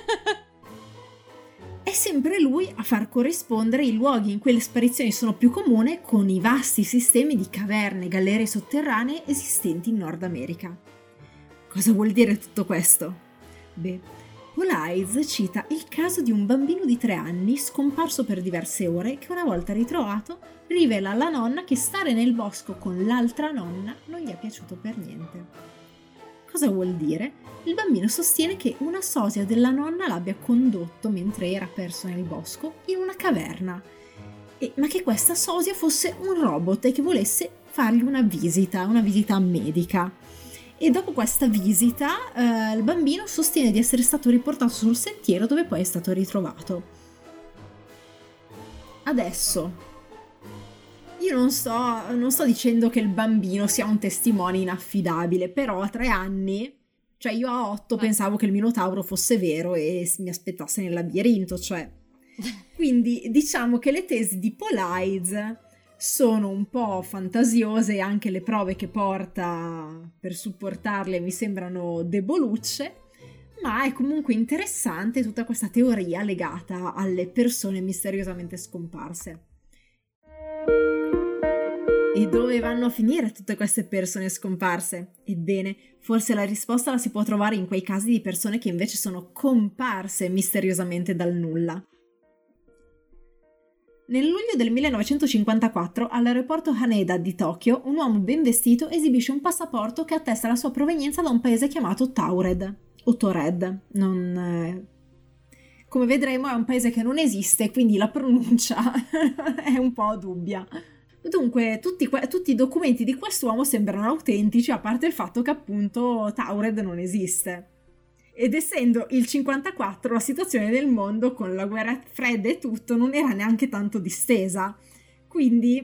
S6: È sempre lui a far corrispondere i luoghi in cui le sparizioni sono più comuni con i vasti sistemi di caverne e gallerie sotterranee esistenti in Nord America. Cosa vuol dire tutto questo? Beh, Paulides cita il caso di un bambino di 3 anni scomparso per diverse ore che una volta ritrovato rivela alla nonna che stare nel bosco con l'altra nonna non gli è piaciuto per niente. Cosa vuol dire? Il bambino sostiene che una sosia della nonna l'abbia condotto mentre era perso nel bosco in una caverna, ma che questa sosia fosse un robot e che volesse fargli una visita medica. E dopo questa visita il bambino sostiene di essere stato riportato sul sentiero dove poi è stato ritrovato. Adesso, io non sto dicendo che il bambino sia un testimone inaffidabile, però a 3 anni, cioè io a 8 pensavo che il Minotauro fosse vero e mi aspettasse nel labirinto, cioè. Quindi diciamo che le tesi di Paulides sono un po' fantasiose e anche le prove che porta per supportarle mi sembrano debolucce, ma è comunque interessante tutta questa teoria legata alle persone misteriosamente scomparse. E dove vanno a finire tutte queste persone scomparse? Ebbene, forse la risposta la si può trovare in quei casi di persone che invece sono comparse misteriosamente dal nulla. Nel luglio del 1954, all'aeroporto Haneda di Tokyo, un uomo ben vestito esibisce un passaporto che attesta la sua provenienza da un paese chiamato Taured, o Tored. Come vedremo è un paese che non esiste, quindi la pronuncia è un po' dubbia. Dunque, tutti i documenti di quest'uomo sembrano autentici, a parte il fatto che appunto Taured non esiste. Ed essendo il 54, la situazione nel mondo con la guerra fredda e tutto non era neanche tanto distesa. Quindi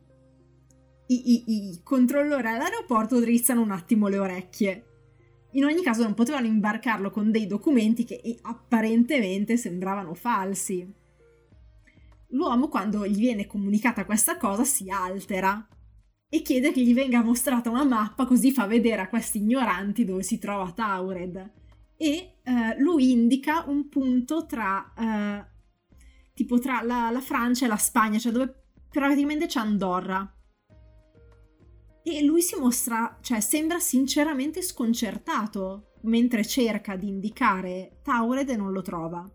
S6: i controllori all'aeroporto drizzano un attimo le orecchie. In ogni caso non potevano imbarcarlo con dei documenti che apparentemente sembravano falsi. L'uomo, quando gli viene comunicata questa cosa, si altera e chiede che gli venga mostrata una mappa, così fa vedere a questi ignoranti dove si trova Taured. E lui indica un punto tra la Francia e la Spagna, cioè dove praticamente c'è Andorra. E lui si mostra, cioè sembra sinceramente sconcertato mentre cerca di indicare Taured e non lo trova.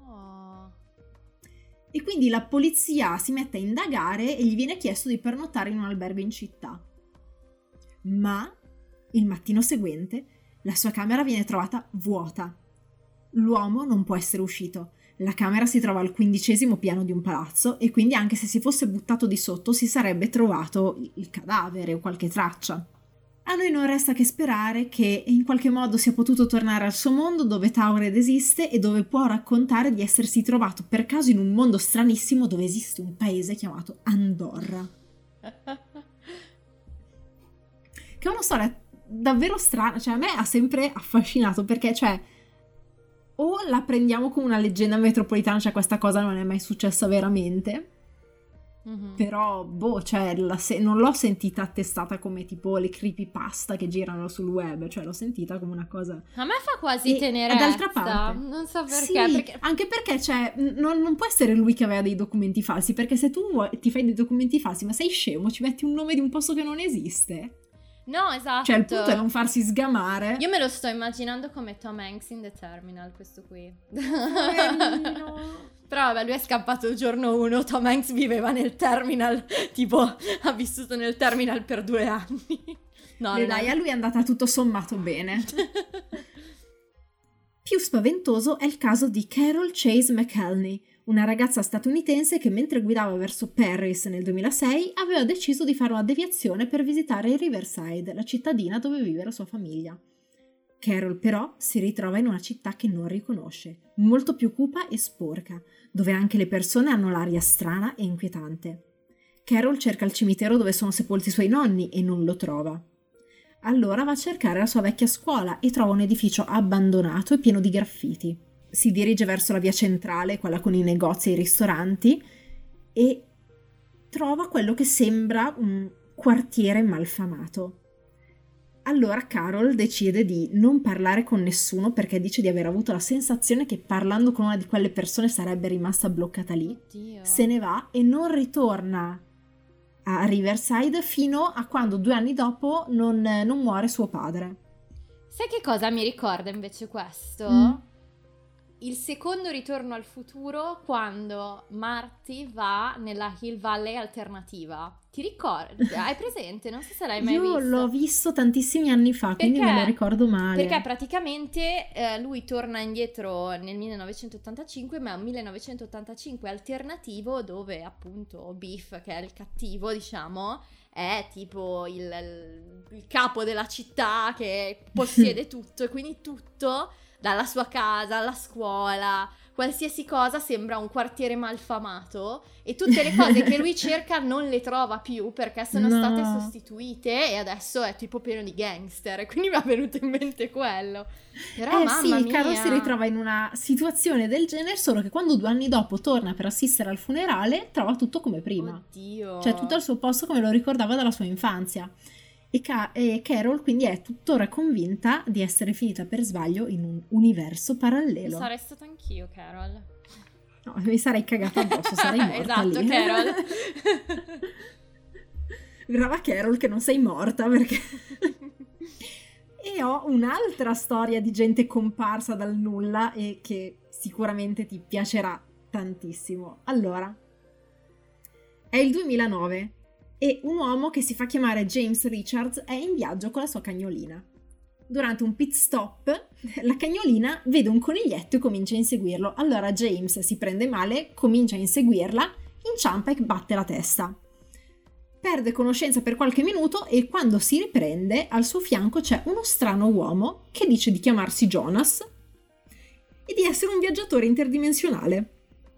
S6: E quindi la polizia si mette a indagare e gli viene chiesto di pernottare in un albergo in città. Ma il mattino seguente la sua camera viene trovata vuota. L'uomo non può essere uscito. La camera si trova al 15° piano di un palazzo e quindi anche se si fosse buttato di sotto si sarebbe trovato il cadavere o qualche traccia. A noi non resta che sperare che in qualche modo sia potuto tornare al suo mondo dove Taured esiste e dove può raccontare di essersi trovato per caso in un mondo stranissimo dove esiste un paese chiamato Andorra. Che è una storia davvero strana, cioè a me ha sempre affascinato perché cioè o la prendiamo come una leggenda metropolitana, cioè questa cosa non è mai successa veramente, però cioè non l'ho sentita attestata come tipo le creepypasta che girano sul web, cioè l'ho sentita come una cosa,
S5: a me fa quasi tenerezza,
S6: d'altra parte
S5: non so perché,
S6: sì,
S5: perché...
S6: anche perché cioè non può essere lui che aveva dei documenti falsi, perché se tu ti fai dei documenti falsi ma sei scemo, ci metti un nome di un posto che non esiste.
S5: No, esatto.
S6: Cioè il punto è non farsi sgamare.
S5: Io me lo sto immaginando come Tom Hanks in The Terminal, questo qui. Però vabbè, lui è scappato il giorno 1, Tom Hanks viveva nel terminal, tipo ha vissuto nel terminal per 2 anni. No,
S6: dai, a lui è andata tutto sommato bene. Più spaventoso è il caso di Carol Chase McElney, una ragazza statunitense che mentre guidava verso Paris nel 2006 aveva deciso di fare una deviazione per visitare Riverside, la cittadina dove vive la sua famiglia. Carol però si ritrova in una città che non riconosce, molto più cupa e sporca, dove anche le persone hanno l'aria strana e inquietante. Carol cerca il cimitero dove sono sepolti i suoi nonni e non lo trova. Allora va a cercare la sua vecchia scuola e trova un edificio abbandonato e pieno di graffiti. Si dirige verso la via centrale, quella con i negozi e i ristoranti, e trova quello che sembra un quartiere malfamato. Allora Carol decide di non parlare con nessuno perché dice di aver avuto la sensazione che parlando con una di quelle persone sarebbe rimasta bloccata lì.
S5: Oddio.
S6: Se ne va e non ritorna a Riverside fino a quando 2 anni dopo non muore suo padre.
S5: Sai che cosa mi ricorda invece questo? Il secondo Ritorno al futuro, quando Marty va nella Hill Valley alternativa. Ti ricordi? Hai presente? Non so se l'hai mai visto.
S6: Io l'ho visto tantissimi anni fa, quindi me lo ricordo male.
S5: Perché praticamente lui torna indietro nel 1985, ma è un 1985 alternativo dove appunto Biff, che è il cattivo, diciamo, è tipo il capo della città che possiede tutto, e quindi tutto, dalla sua casa alla scuola, qualsiasi cosa sembra un quartiere malfamato, e tutte le cose che lui cerca non le trova più perché sono state sostituite e adesso è tipo pieno di gangster, e quindi mi è venuto in mente quello. Però mamma mia,
S6: Carol si ritrova in una situazione del genere, solo che quando 2 anni dopo torna per assistere al funerale trova tutto come prima.
S5: Oddio.
S6: Cioè tutto al suo posto come lo ricordava dalla sua infanzia. E Carol quindi è tuttora convinta di essere finita per sbaglio in un universo parallelo.
S5: Sarei stata anch'io, Carol.
S6: No, mi sarei cagata addosso, sarei morta
S5: esatto,
S6: lì.
S5: Carol.
S6: Brava Carol che non sei morta, perché... E ho un'altra storia di gente comparsa dal nulla e che sicuramente ti piacerà tantissimo. Allora, è il 2009 e un uomo che si fa chiamare James Richards è in viaggio con la sua cagnolina. Durante un pit stop, la cagnolina vede un coniglietto e comincia a inseguirlo. Allora James si prende male, comincia a inseguirla, inciampa e batte la testa. perde conoscenza per qualche minuto e quando si riprende al suo fianco c'è uno strano uomo che dice di chiamarsi Jonas e di essere un viaggiatore interdimensionale.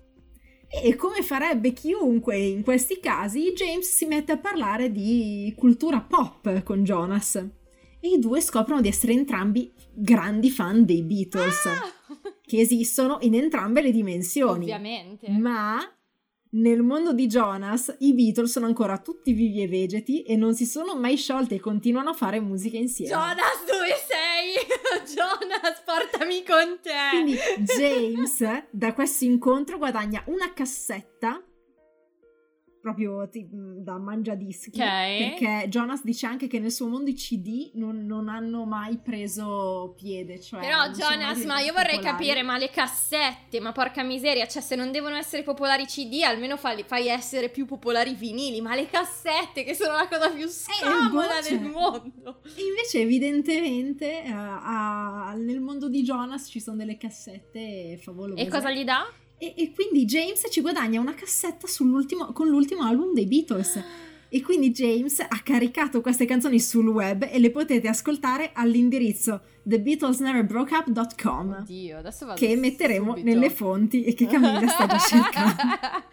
S6: E come farebbe chiunque in questi casi, James si mette a parlare di cultura pop con Jonas e i due scoprono di essere entrambi grandi fan dei Beatles, che esistono in entrambe le dimensioni.
S5: Ovviamente.
S6: Ma nel mondo di Jonas i Beatles sono ancora tutti vivi e vegeti e non si sono mai sciolti e continuano a fare musica insieme.
S5: Jonas, dove sei? Jonas, portami con te!
S6: Quindi James da questo incontro guadagna una cassetta proprio da mangiadischi, perché Jonas dice anche che nel suo mondo i CD non hanno mai preso piede, cioè
S5: però Jonas, ma io vorrei capire, ma le cassette, ma porca miseria, cioè se non devono essere popolari CD, almeno fai essere più popolari i vinili, ma le cassette che sono la cosa più scomoda del mondo.
S6: E invece evidentemente nel mondo di Jonas ci sono delle cassette favolose.
S5: E cosa gli dà?
S6: E quindi James ci guadagna una cassetta con l'ultimo album dei Beatles. E quindi James ha caricato queste canzoni sul web e le potete ascoltare all'indirizzo thebeatlesneverbroakeup.com.
S5: Oddio, adesso vado
S6: che metteremo
S5: subito
S6: nelle fonti e che Camilla sta già cercando.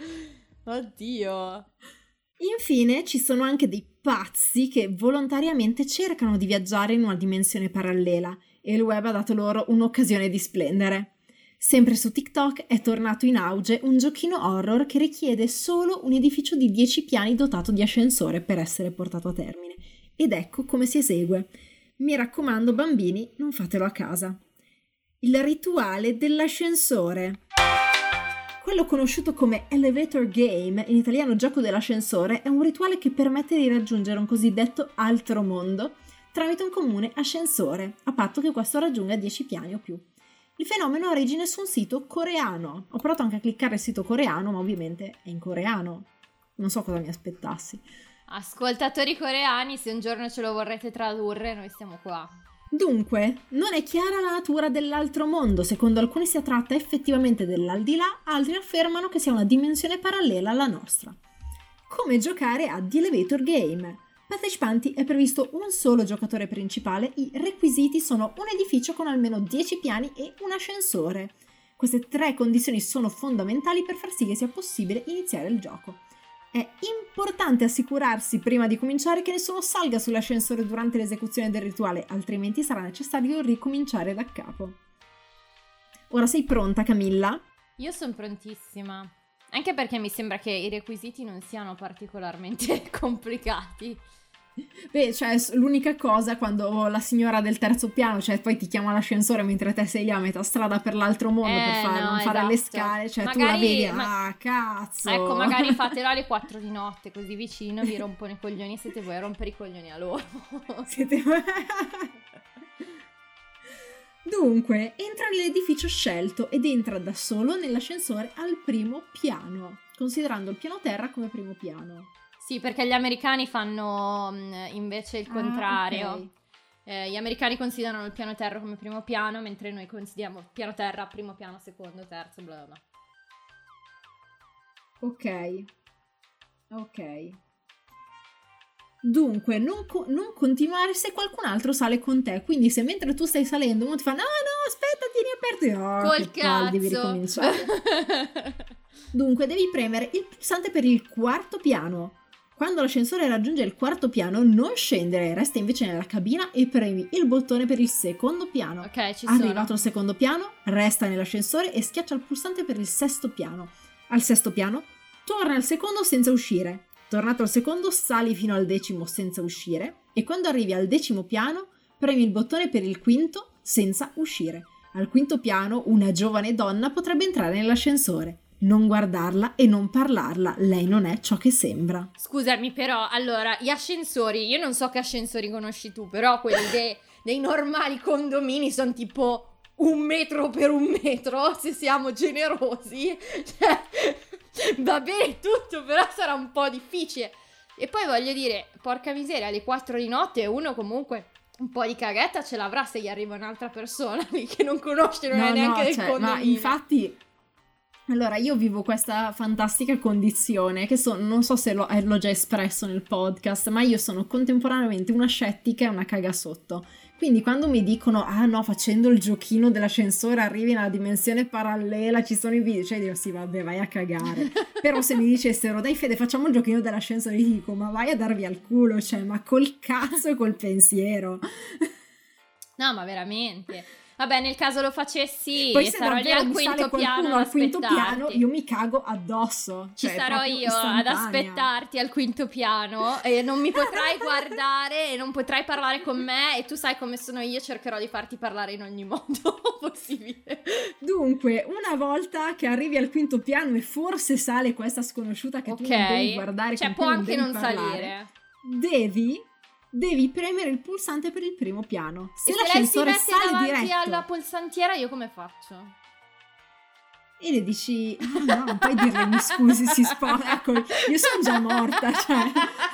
S5: Oddio.
S6: Infine ci sono anche dei pazzi che volontariamente cercano di viaggiare in una dimensione parallela e il web ha dato loro un'occasione di splendere. Sempre su TikTok è tornato in auge un giochino horror che richiede solo un edificio di 10 piani dotato di ascensore per essere portato a termine. Ed ecco come si esegue. Mi raccomando, bambini, non fatelo a casa. Il rituale dell'ascensore. Quello conosciuto come Elevator Game, in italiano gioco dell'ascensore, è un rituale che permette di raggiungere un cosiddetto altro mondo tramite un comune ascensore, a patto che questo raggiunga 10 piani o più. Il fenomeno ha origine su un sito coreano. Ho provato anche a cliccare il sito coreano, ma ovviamente è in coreano. Non so cosa mi aspettassi.
S5: Ascoltatori coreani, se un giorno ce lo vorrete tradurre, noi siamo qua.
S6: Dunque, non è chiara la natura dell'altro mondo. Secondo alcuni si tratta effettivamente dell'aldilà, altri affermano che sia una dimensione parallela alla nostra. Come giocare a The Elevator Game? Partecipanti è previsto un solo giocatore principale, i requisiti sono un edificio con almeno 10 piani e un ascensore. Queste 3 condizioni sono fondamentali per far sì che sia possibile iniziare il gioco. È importante assicurarsi prima di cominciare che nessuno salga sull'ascensore durante l'esecuzione del rituale, altrimenti sarà necessario ricominciare da capo. Ora sei pronta, Camilla?
S5: Io sono prontissima, anche perché mi sembra che i requisiti non siano particolarmente complicati.
S6: Beh, cioè, l'unica cosa quando la signora del terzo piano, cioè poi ti chiama l'ascensore mentre te sei lì a metà strada per l'altro mondo per fare le scale, cioè magari, tu la vedi, cazzo.
S5: Ecco, magari fatelo alle 4 di notte, così vicino, vi rompono i coglioni e siete voi a rompere i coglioni a loro.
S6: Dunque, entra nell'edificio scelto ed entra da solo nell'ascensore al primo piano, considerando il piano terra come primo piano.
S5: Sì, perché gli americani fanno invece il contrario. Okay. Gli americani considerano il piano terra come primo piano, mentre noi consideriamo piano terra, primo piano, secondo, terzo, bla bla.
S6: Ok. Dunque, non continuare se qualcun altro sale con te. Quindi se mentre tu stai salendo uno ti fa no, aspetta, tieni aperto.
S5: Col cazzo.
S6: Devi ricominciare. Dunque, devi premere il pulsante per il quarto piano. Quando l'ascensore raggiunge il quarto piano, non scendere, resta invece nella cabina e premi il bottone per il secondo piano.
S5: Ok, ci sono.
S6: Arrivato al secondo piano, resta nell'ascensore e schiaccia il pulsante per il sesto piano. Al sesto piano, torna al secondo senza uscire. Tornato al secondo, sali fino al 10° senza uscire e quando arrivi al 10° piano, premi il bottone per il quinto senza uscire. Al quinto piano, una giovane donna potrebbe entrare nell'ascensore. Non guardarla e non parlarla, lei non è ciò che sembra.
S5: Scusami, però, allora, gli ascensori, io non so che ascensori conosci tu, però quelli dei normali condomini sono tipo 1 metro per 1 metro, se siamo generosi. Cioè, va bene tutto, però sarà un po' difficile. E poi voglio dire, porca miseria, alle 4 di notte uno comunque un po' di caghetta ce l'avrà se gli arriva un'altra persona lì che non conosce, non è neanche del condominio.
S6: Ma infatti Allora, io vivo questa fantastica condizione che non so se l'ho già espresso nel podcast, ma io sono contemporaneamente una scettica e una cagasotto. Quindi quando mi dicono, ah no, facendo il giochino dell'ascensore arrivi nella dimensione parallela, ci sono i video, cioè dico sì vabbè vai a cagare. Però se mi dicessero, dai Fede facciamo il giochino dell'ascensore, gli dico ma vai a darvi al culo, cioè ma col cazzo e col pensiero.
S5: No, ma veramente. Vabbè, nel caso lo facessi,
S6: poi se
S5: sarò lì al quinto piano
S6: al quinto piano, io mi cago addosso.
S5: Ci
S6: cioè,
S5: sarò io ad aspettarti al quinto piano e non mi potrai guardare e non potrai parlare con me e tu sai come sono io, cercherò di farti parlare in ogni modo possibile.
S6: Dunque, una volta che arrivi al quinto piano e forse sale questa sconosciuta che tu non devi guardare,
S5: cioè può anche non salire,
S6: devi premere il pulsante per il primo piano. Se
S5: l'ascensore
S6: sale diretto
S5: alla pulsantiera, io come faccio?
S6: E le dici, no, non puoi dirle mi scusi, si sposta, ecco, io sono già morta, cioè.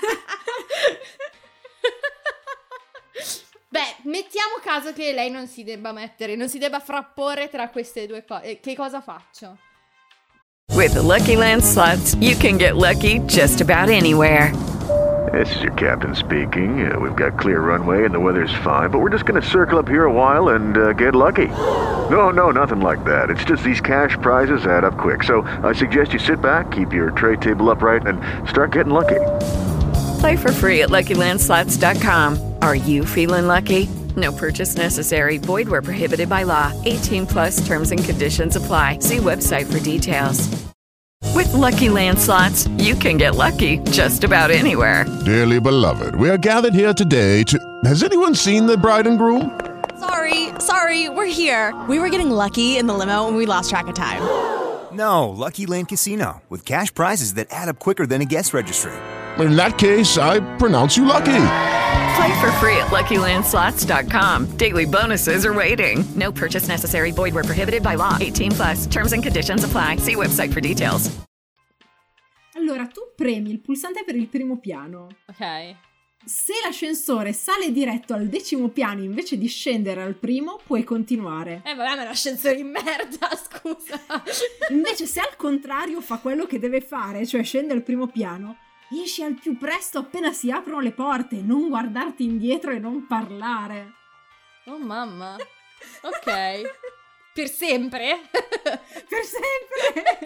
S5: Beh, mettiamo caso che lei non si debba frapporre tra queste due cose. Che cosa faccio?
S1: With the Lucky Land Slots, you can get lucky just about anywhere.
S7: This is your captain speaking. We've got clear runway and the weather's fine, but we're just going to circle up here a while and get lucky. No, nothing like that. It's just these cash prizes add up quick. So I suggest you sit back, keep your tray table upright, and start getting lucky.
S1: Play for free at LuckyLandSlots.com. Are you feeling lucky? No purchase necessary. Void where prohibited by law. 18 plus terms and conditions apply. See website for details. With Lucky Land Slots, you can get lucky just about anywhere.
S2: Dearly beloved, we are gathered here today to... Has anyone seen the bride and groom?
S3: Sorry, we're here. We were getting lucky in the limo and we lost track of time.
S4: No, Lucky Land Casino, with cash prizes that add up quicker than a guest registry.
S2: In that case, I pronounce you lucky.
S1: Play for free at LuckyLandSlots.com. Daily bonuses are waiting. No purchase necessary. Void where prohibited by law. 18 plus. Terms and conditions apply. See website for details.
S6: Allora, tu premi il pulsante per il primo piano.
S5: Ok.
S6: Se l'ascensore sale diretto al 10° piano invece di scendere al primo, puoi continuare.
S5: Vabbè, ma è un ascensore in merda, scusa.
S6: Invece se al contrario fa quello che deve fare, cioè scende al primo piano, esci al più presto appena si aprono le porte, non guardarti indietro e non parlare.
S5: Oh mamma. Ok. Per sempre?
S6: Per sempre!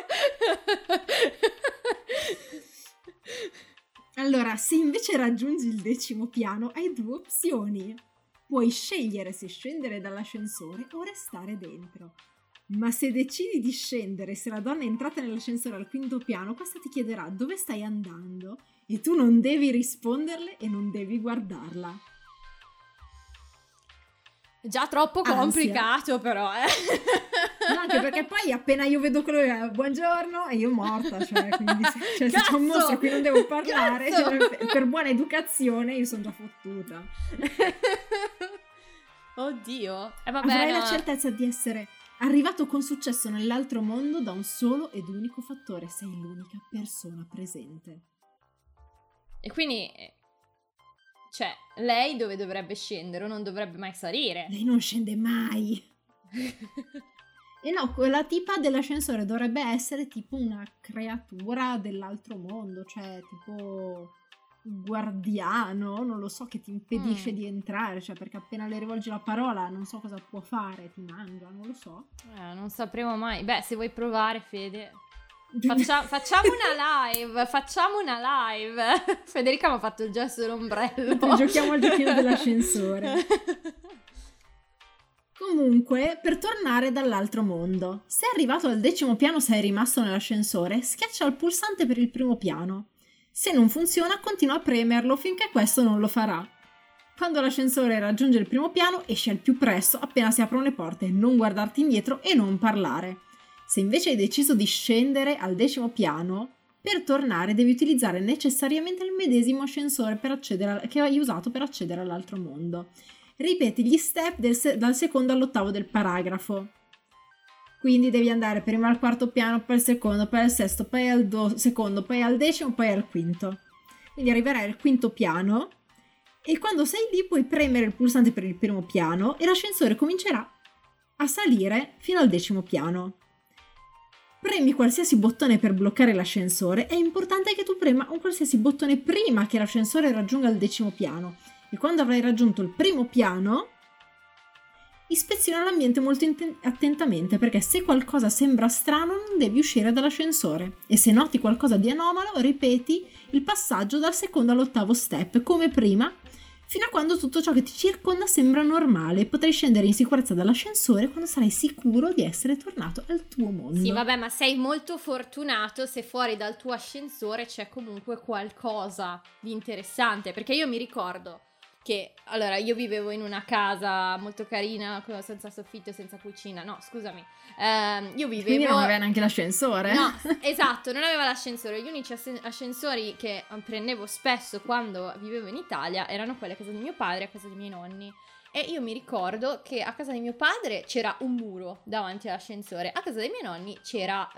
S6: Allora, se invece raggiungi il 10° piano, hai due opzioni. Puoi scegliere se scendere dall'ascensore o restare dentro. Ma se decidi di scendere, se la donna è entrata nell'ascensore al 5° piano, questa ti chiederà dove stai andando e tu non devi risponderle e non devi guardarla.
S5: Già troppo complicato però,
S6: No, anche perché poi appena io vedo quello che buongiorno e io morta, cioè quindi se c'è un mostro a cui non devo parlare, cioè, per buona educazione io sono già fottuta.
S5: Oddio. Vabbè,
S6: avrai la certezza di essere arrivato con successo nell'altro mondo da un solo ed unico fattore: sei l'unica persona presente.
S5: E quindi, cioè, lei dove dovrebbe scendere o non dovrebbe mai salire?
S6: Lei non scende mai. E no, quella tipa dell'ascensore dovrebbe essere tipo una creatura dell'altro mondo, cioè tipo guardiano, non lo so, che ti impedisce di entrare, cioè perché appena le rivolgi la parola non so cosa può fare, ti mangia, non lo so.
S5: Non sapremo mai. Beh, se vuoi provare, Fede, facciamo una live. Federica mi ha fatto il gesto dell'ombrello.
S6: Giochiamo al giochino dell'ascensore. Comunque, per tornare dall'altro mondo, se arrivato al 10° piano sei rimasto nell'ascensore, schiaccia il pulsante per il primo piano. Se non funziona, continua a premerlo finché questo non lo farà. Quando l'ascensore raggiunge il 1° piano, esci al più presto appena si aprono le porte, non guardarti indietro e non parlare. Se invece hai deciso di scendere al 10° piano, per tornare devi utilizzare necessariamente il medesimo ascensore che hai usato per accedere all'altro mondo. Ripeti gli step dal 2° all'8° del paragrafo. Quindi devi andare prima al 4° piano, poi al 2°, poi al 6°, poi al 2°, poi al 10°, poi al 5°. Quindi arriverai al 5° piano e quando sei lì puoi premere il pulsante per il 1° piano e l'ascensore comincerà a salire fino al 10° piano. premi qualsiasi bottone per bloccare l'ascensore, è importante che tu prema un qualsiasi bottone prima che l'ascensore raggiunga il 10° piano. E quando avrai raggiunto il 1° piano, ispeziona l'ambiente molto attentamente, perché se qualcosa sembra strano non devi uscire dall'ascensore. E se noti qualcosa di anomalo, ripeti il passaggio dal 2° all'8° step, come prima, fino a quando tutto ciò che ti circonda sembra normale. Potrai scendere in sicurezza dall'ascensore quando sarai sicuro di essere tornato al tuo mondo.
S5: Sì, vabbè, ma sei molto fortunato se fuori dal tuo ascensore c'è comunque qualcosa di interessante, perché io mi ricordo che, allora, io vivevo in una casa molto carina, senza soffitto e senza cucina. No, scusami. Io vivevo...
S6: Quindi non aveva neanche l'ascensore?
S5: No, esatto, non aveva l'ascensore. Gli unici ascensori che prendevo spesso quando vivevo in Italia erano quelli a casa di mio padre e a casa dei miei nonni. E io mi ricordo che a casa di mio padre c'era un muro davanti all'ascensore. A casa dei miei nonni c'era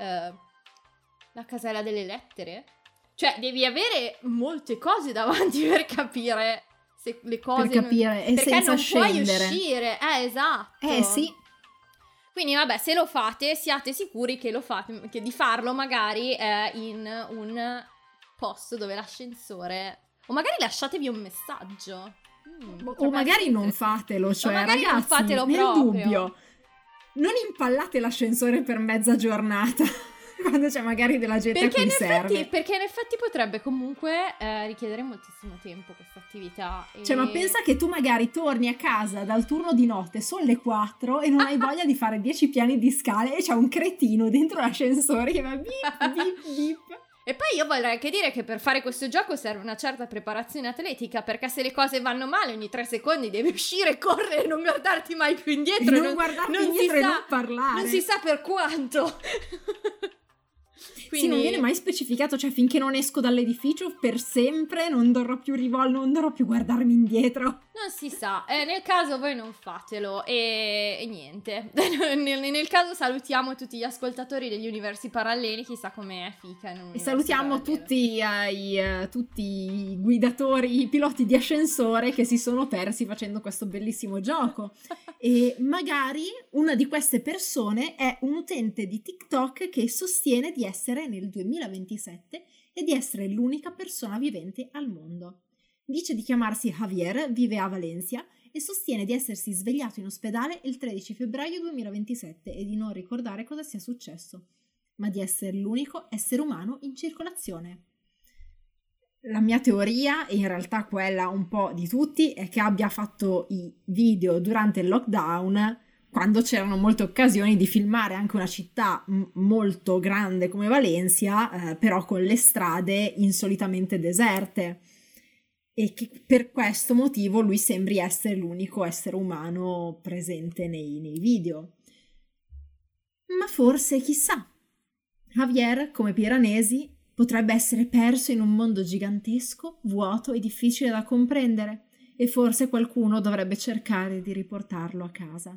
S5: la casella delle lettere. Cioè, devi avere molte cose davanti per capire... se le cose
S6: per capire e
S5: perché
S6: senza
S5: non
S6: scendere.
S5: puoi uscire, esatto.
S6: Sì.
S5: Quindi vabbè, se lo fate, siate sicuri che lo fate, che di farlo magari in un posto dove l'ascensore, o magari lasciatevi un messaggio.
S6: O magari non fatelo, cioè
S5: magari
S6: ragazzi,
S5: non fatelo
S6: nel
S5: proprio.
S6: dubbio, non impallate l'ascensore per mezza giornata. Quando c'è magari della gente a cui serve.
S5: Perché in effetti potrebbe comunque richiedere moltissimo tempo questa attività.
S6: Cioè, ma pensa che tu magari torni a casa dal turno di notte, sono le 4 e non hai voglia di fare 10 piani di scale e c'è un cretino dentro l'ascensore che va bip bip bip.
S5: E poi io vorrei anche dire che per fare questo gioco serve una certa preparazione atletica, perché se le cose vanno male ogni 3 secondi devi uscire, correre, non guardarti mai più indietro.
S6: E non guardarti indietro e non parlare.
S5: Non si sa per quanto.
S6: Quindi... Sì, non viene mai specificato, cioè finché non esco dall'edificio per sempre non dovrò più non dovrò più guardarmi indietro.
S5: Non si sa, nel caso voi non fatelo e niente. nel caso salutiamo tutti gli ascoltatori degli universi paralleli, chissà com'è fica.
S6: E salutiamo tutti i guidatori, i piloti di ascensore che si sono persi facendo questo bellissimo gioco. E magari una di queste persone è un utente di TikTok che sostiene di essere nel 2027 e di essere l'unica persona vivente al mondo. Dice di chiamarsi Javier, vive a Valencia e sostiene di essersi svegliato in ospedale il 13 febbraio 2027 e di non ricordare cosa sia successo, ma di essere l'unico essere umano in circolazione. La mia teoria, e in realtà quella un po' di tutti, è che abbia fatto i video durante il lockdown quando c'erano molte occasioni di filmare anche una città molto grande come Valencia, però con le strade insolitamente deserte. E che per questo motivo lui sembri essere l'unico essere umano presente nei video. Ma forse, chissà, Javier, come Piranesi, potrebbe essere perso in un mondo gigantesco, vuoto e difficile da comprendere, e forse qualcuno dovrebbe cercare di riportarlo a casa.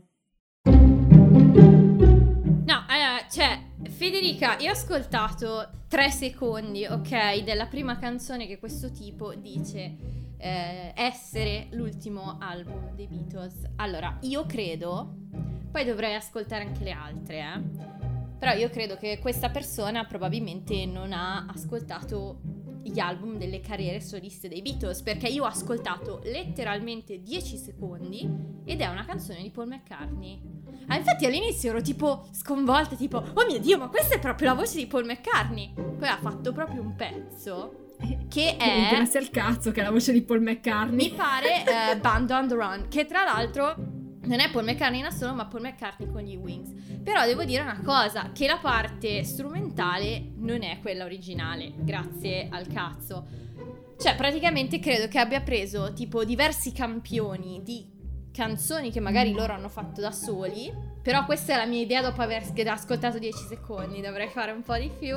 S5: No, Federica, io ho ascoltato 3 secondi, ok, della prima canzone che questo tipo dice essere l'ultimo album dei Beatles. Allora, io credo, poi dovrei ascoltare anche le altre, però io credo che questa persona probabilmente non ha ascoltato gli album delle carriere soliste dei Beatles, perché io ho ascoltato letteralmente 10 secondi ed è una canzone di Paul McCartney. Infatti all'inizio ero tipo sconvolta, tipo oh mio Dio, ma questa è proprio la voce di Paul McCartney. Poi ha fatto proprio un pezzo che è,
S6: grazie al cazzo che è la voce di Paul McCartney,
S5: mi pare Band on the Run, che tra l'altro non è Paul McCartney da solo, ma Paul McCartney con gli Wings. Però devo dire una cosa, che la parte strumentale non è quella originale, grazie al cazzo. Cioè praticamente credo che abbia preso tipo diversi campioni di canzoni che magari loro hanno fatto da soli, però questa è la mia idea dopo aver ascoltato 10 secondi, dovrei fare un po' di più.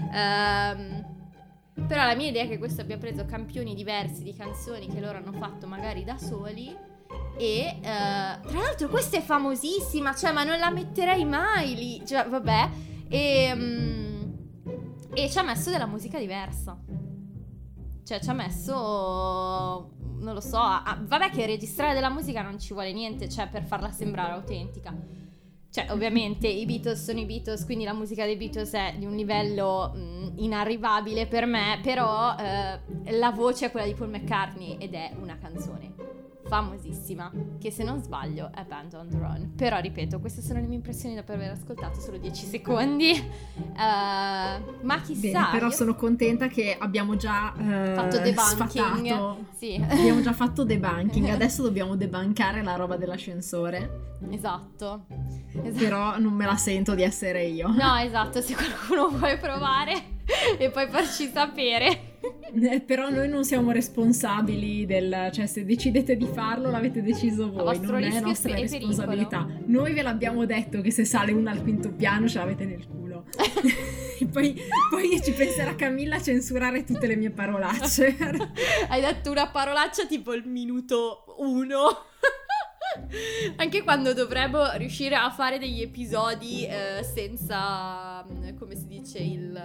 S5: Però la mia idea è che questo abbia preso campioni diversi di canzoni che loro hanno fatto magari da soli e tra l'altro questa è famosissima, cioè ma non la metterei mai lì, cioè vabbè, e ci ha messo della musica diversa, cioè ci ha messo, non lo so, vabbè che registrare della musica non ci vuole niente, cioè per farla sembrare autentica. cioè ovviamente i Beatles sono i Beatles, quindi la musica dei Beatles è di un livello inarrivabile per me, però la voce è quella di Paul McCartney ed è una canzone famosissima che, se non sbaglio, è Band on the Run. Però ripeto, queste sono le mie impressioni dopo aver ascoltato solo 10 secondi. Ma chissà.
S6: Bene, però sono contenta che abbiamo già
S5: fatto debunking.
S6: Sfatato.
S5: Sì.
S6: Abbiamo già fatto debunking. Adesso dobbiamo debunkare la roba dell'ascensore.
S5: Esatto.
S6: Però non me la sento di essere io.
S5: No, esatto, se qualcuno vuole provare e poi farci sapere.
S6: Però noi non siamo responsabili cioè, se decidete di farlo l'avete deciso voi, non è nostra responsabilità. Noi ve l'abbiamo detto che se sale una al quinto piano ce l'avete nel culo. E poi ci penserà Camilla a censurare tutte le mie parolacce.
S5: Hai detto una parolaccia tipo il minuto 1. Anche quando dovremmo riuscire a fare degli episodi senza, come si dice,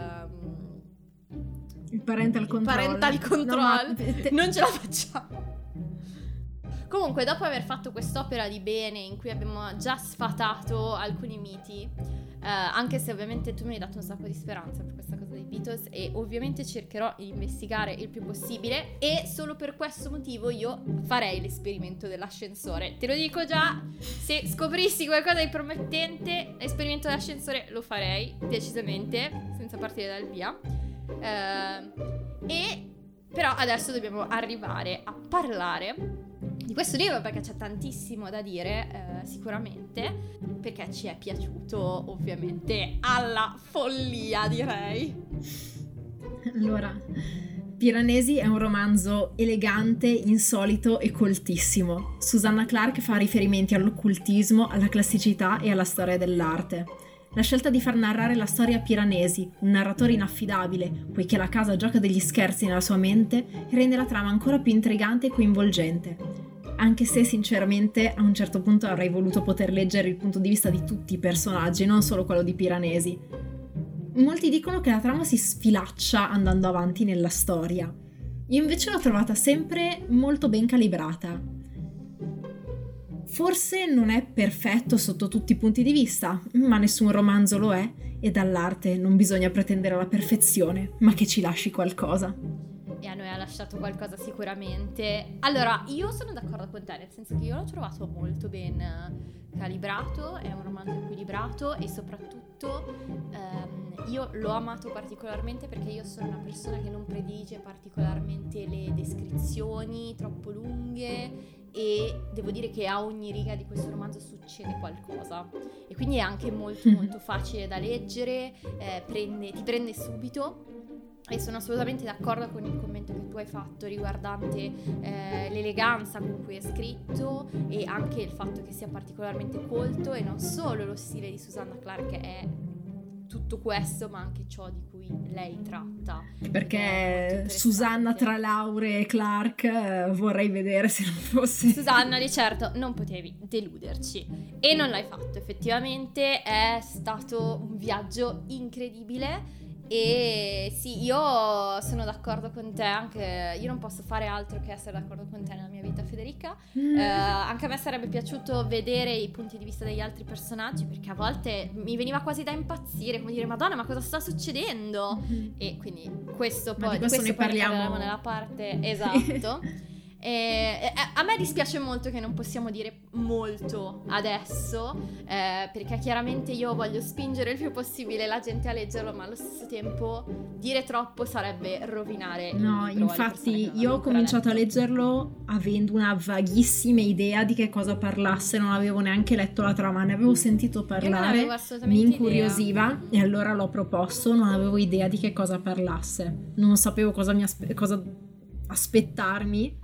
S6: il parental control.
S5: No, non ce la facciamo. Comunque, dopo aver fatto quest'opera di bene in cui abbiamo già sfatato alcuni miti, anche se ovviamente tu mi hai dato un sacco di speranza per questa cosa dei Beatles, e ovviamente cercherò di investigare il più possibile, e solo per questo motivo io farei l'esperimento dell'ascensore. Te lo dico già, se scoprissi qualcosa di promettente, l'esperimento dell'ascensore lo farei decisamente, senza partire dal via. E però adesso dobbiamo arrivare a parlare di questo libro, perché c'è tantissimo da dire, sicuramente, perché ci è piaciuto ovviamente alla follia, direi.
S6: Allora, Piranesi è un romanzo elegante, insolito e coltissimo. Susanna Clarke fa riferimenti all'occultismo, alla classicità e alla storia dell'arte. La scelta di far narrare la storia a Piranesi, un narratore inaffidabile, poiché la casa gioca degli scherzi nella sua mente, rende la trama ancora più intrigante e coinvolgente. Anche se, sinceramente, a un certo punto avrei voluto poter leggere il punto di vista di tutti i personaggi, non solo quello di Piranesi. Molti dicono che la trama si sfilaccia andando avanti nella storia. Io invece l'ho trovata sempre molto ben calibrata. Forse non è perfetto sotto tutti i punti di vista, ma nessun romanzo lo è, e dall'arte non bisogna pretendere la perfezione, ma che ci lasci qualcosa.
S5: E a noi ha lasciato qualcosa sicuramente. Allora, io sono d'accordo con te, nel senso che io l'ho trovato molto ben calibrato, è un romanzo equilibrato e soprattutto io l'ho amato particolarmente perché io sono una persona che non predilige particolarmente le descrizioni troppo lunghe, e devo dire che a ogni riga di questo romanzo succede qualcosa e quindi è anche molto molto facile da leggere, ti prende subito. E sono assolutamente d'accordo con il commento che tu hai fatto riguardante l'eleganza con cui è scritto e anche il fatto che sia particolarmente colto, e non solo lo stile di Susanna Clarke è tutto questo, ma anche ciò di cui lei tratta.
S6: Perché Susanna tra Laure e Clark vorrei vedere se non fosse...
S5: Susanna, di certo, non potevi deluderci. E non l'hai fatto, effettivamente è stato un viaggio incredibile. E sì, io sono d'accordo con te, anche io non posso fare altro che essere d'accordo con te nella mia vita, Federica. Anche a me sarebbe piaciuto vedere i punti di vista degli altri personaggi, perché a volte mi veniva quasi da impazzire, come dire, Madonna, ma cosa sta succedendo? E quindi questo poi,
S6: di questo ne parliamo
S5: nella parte, esatto. A me dispiace molto che non possiamo dire molto adesso, perché chiaramente io voglio spingere il più possibile la gente a leggerlo, ma allo stesso tempo dire troppo sarebbe rovinare il libro.
S6: Infatti io ho cominciato a leggerlo avendo una vaghissima idea di che cosa parlasse, non avevo neanche letto la trama, ne avevo sentito parlare, mi incuriosiva idea. E allora l'ho proposto, non avevo idea di che cosa parlasse, non sapevo cosa aspettarmi.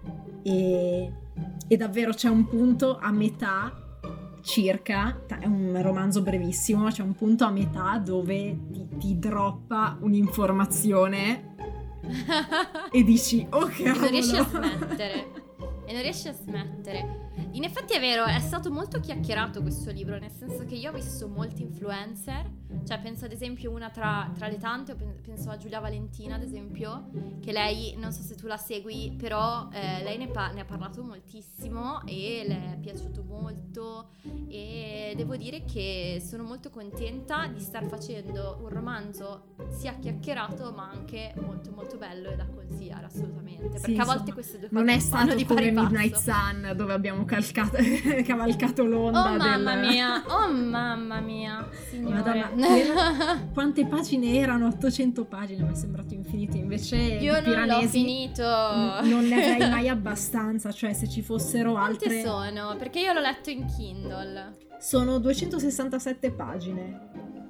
S6: E davvero c'è un punto a metà circa, è un romanzo brevissimo, c'è un punto a metà dove ti droppa un'informazione e dici oh cavolo,
S5: e non riesci a smettere. In effetti è vero, è stato molto chiacchierato questo libro, nel senso che io ho visto molti influencer, cioè penso ad esempio una tra le tante, penso a Giulia Valentina ad esempio, che lei, non so se tu la segui, però lei ne ha parlato moltissimo e le è piaciuto molto, e devo dire che sono molto contenta di star facendo un romanzo sia chiacchierato ma anche molto molto bello e da consigliare assolutamente, perché
S6: sì,
S5: a volte queste due cose
S6: non è stato
S5: di
S6: come
S5: pari passo.
S6: Midnight Sun, dove abbiamo cavalcato l'onda
S5: oh mamma mia, signore.
S6: Madonna, quante pagine erano? 800 pagine, mi è sembrato infinito, invece
S5: io
S6: di
S5: non l'ho finito,
S6: non ne avrei mai abbastanza, cioè se ci fossero altre.
S5: Quante sono? Perché io l'ho letto in Kindle.
S6: Sono 267 pagine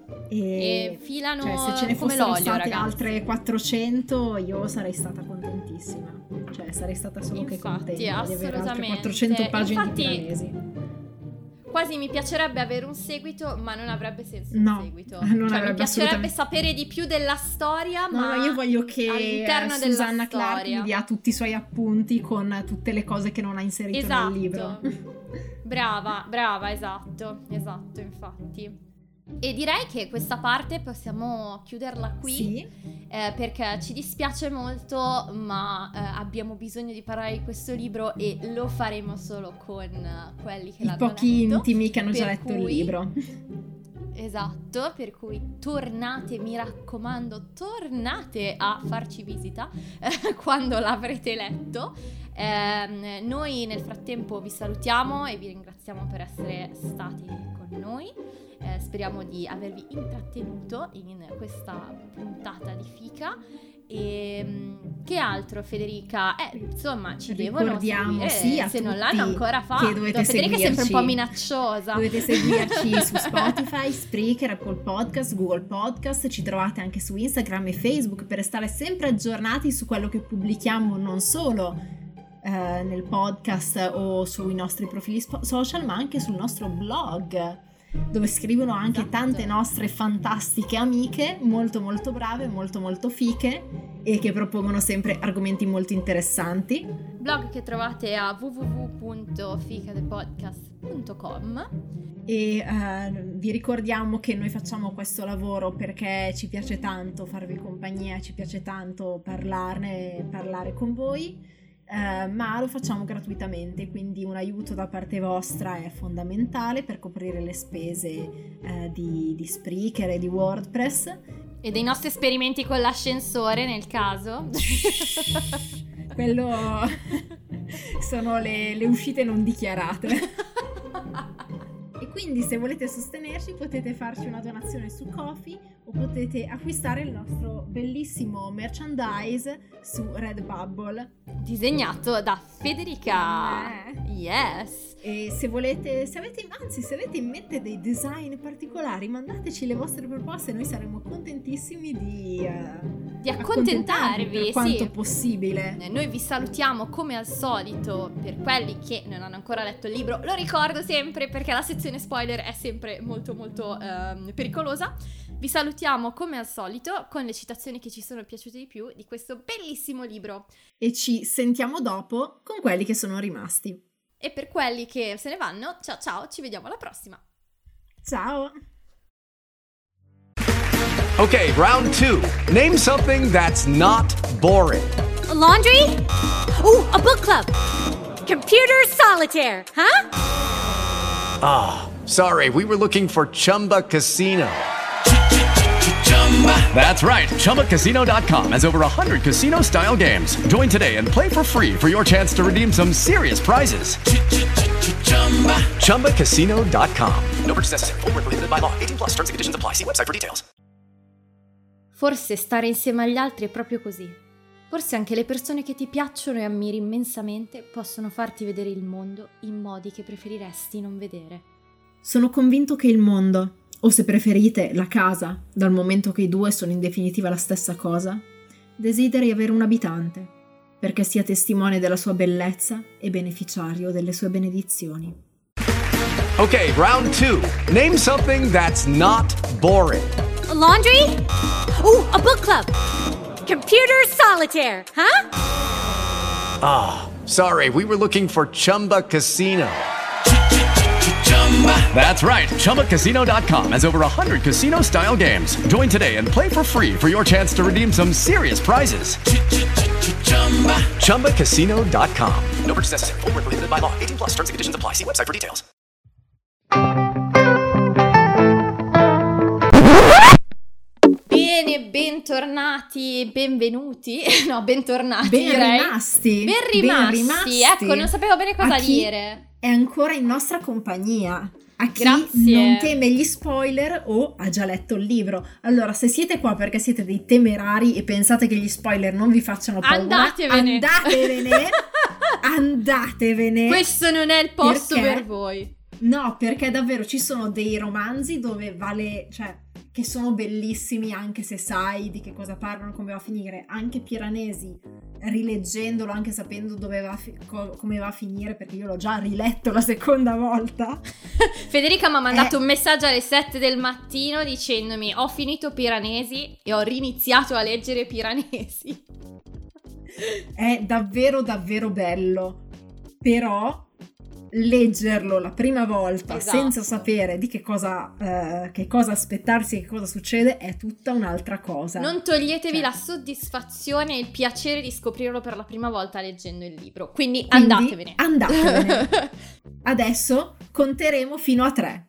S6: e
S5: filano,
S6: cioè, se ce ne
S5: come
S6: fossero
S5: l'olio,
S6: state
S5: ragazzi.
S6: Altre 400 io sarei stata contentissima, cioè sarei stata solo che contenta di avere altre 400 pagine.
S5: Infatti,
S6: di Piranesi.
S5: Quasi mi piacerebbe avere un seguito, ma non avrebbe senso
S6: no,
S5: un seguito.
S6: Non
S5: cioè,
S6: avrebbe
S5: mi piacerebbe sapere di più della storia, ma
S6: io voglio che
S5: all'interno
S6: Susanna
S5: della
S6: Clark
S5: storia
S6: mi dia tutti i suoi appunti con tutte le cose che non ha inserito nel libro.
S5: Brava, esatto, infatti. E direi che questa parte possiamo chiuderla qui,
S6: sì.
S5: Perché ci dispiace molto, ma abbiamo bisogno di parlare di questo libro e lo faremo solo con quelli che l'hanno letto. I
S6: pochi intimi che hanno già letto il libro.
S5: Esatto, per cui tornate, mi raccomando, tornate a farci visita quando l'avrete letto. Noi nel frattempo vi salutiamo e vi ringraziamo per essere stati con noi. Speriamo di avervi intrattenuto in questa puntata di Fica. E che altro, Federica? Insomma, ci devono seguire,
S6: sì,
S5: se non l'hanno ancora fatto.
S6: Federica
S5: È sempre un po' minacciosa.
S6: Dovete seguirci su Spotify, Spreaker, Apple Podcast, Google Podcast. Ci trovate anche su Instagram e Facebook per restare sempre aggiornati su quello che pubblichiamo, non solo nel podcast o sui nostri profili social, ma anche sul nostro blog, dove scrivono anche tante nostre fantastiche amiche, molto molto brave, molto molto fiche, e che propongono sempre argomenti molto interessanti.
S5: Blog che trovate a www.ficadepodcast.com.
S6: E vi ricordiamo che noi facciamo questo lavoro perché ci piace tanto farvi compagnia, ci piace tanto parlare con voi. Ma lo facciamo gratuitamente, quindi un aiuto da parte vostra è fondamentale per coprire le spese di Spreaker e di WordPress
S5: e dei nostri esperimenti con l'ascensore, nel caso.
S6: Quello sono le uscite non dichiarate. E quindi se volete sostenerci potete farci una donazione su Ko-fi o potete acquistare il nostro bellissimo merchandise su Redbubble,
S5: disegnato da Federica. Yes.
S6: E se avete in mente dei design particolari, mandateci le vostre proposte, noi saremo contentissimi di
S5: accontentarvi
S6: per quanto
S5: sì.
S6: possibile.
S5: Noi vi salutiamo come al solito. Per quelli che non hanno ancora letto il libro, lo ricordo sempre perché la sezione spoiler è sempre molto molto pericolosa. Vi salutiamo come al solito con le citazioni che ci sono piaciute di più di questo bellissimo libro.
S6: E ci sentiamo dopo con quelli che sono rimasti.
S5: E per quelli che se ne vanno, ciao, ci vediamo alla prossima.
S6: Ciao.
S12: Okay, round 2. Name something that's not boring.
S13: A laundry? Ooh, a book club. Computer solitaire, huh?
S12: Ah, sorry, we were looking for Chumba Casino. That's right, ChumbaCasino.com has over 100 casino-style games. Join today and play for free for your chance to redeem some serious prizes. ChumbaCasino.com. No purchase necessary. Void where prohibited by law. 18 plus. Terms and conditions apply. See website for details.
S5: Forse stare insieme agli altri è proprio così. Forse anche le persone che ti piacciono e ammiri immensamente possono farti vedere il mondo in modi che preferiresti non vedere.
S6: Sono convinto che il mondo, o se preferite la casa, dal momento che i due sono in definitiva la stessa cosa, desideri avere un abitante, perché sia testimone della sua bellezza e beneficiario delle sue benedizioni.
S12: Okay, round 2. Name something that's not boring.
S13: A laundry? Ooh, a book club. Computer solitaire, huh?
S12: Ah, Sorry, we were looking for Chumba Casino. That's right. ChumbaCasino.com has over 100 casino-style games. Join today and play for free for your chance to redeem some serious prizes. ChumbaCasino.com. No purchase necessary. Void where prohibited by law. 18 plus. Terms and conditions apply. See website for details.
S5: Bene, bentornati, benvenuti. No, bentornati.
S6: Ben
S5: direi.
S6: rimasti.
S5: Ben rimasti. Ecco, non sapevo bene cosa dire.
S6: È ancora in nostra compagnia. A chi
S5: Grazie.
S6: non teme gli spoiler o ha già letto il libro. Allora, se siete qua perché siete dei temerari e pensate che gli spoiler non vi facciano paura, andatevene.
S5: Questo non è il posto
S6: Perché?
S5: per voi.
S6: No, perché davvero ci sono dei romanzi dove che sono bellissimi anche se sai di che cosa parlano, come va a finire. Anche Piranesi, rileggendolo, anche sapendo come va a finire, perché io l'ho già riletto la seconda volta.
S5: Federica mi ha mandato un messaggio alle 7 del mattino dicendomi: ho finito Piranesi e ho riniziato a leggere Piranesi.
S6: È davvero davvero bello, però leggerlo la prima volta senza sapere di che cosa aspettarsi, che cosa succede, è tutta un'altra cosa.
S5: Non toglietevi la soddisfazione e il piacere di scoprirlo per la prima volta leggendo il libro. Quindi andatevene.
S6: Adesso conteremo fino a 3.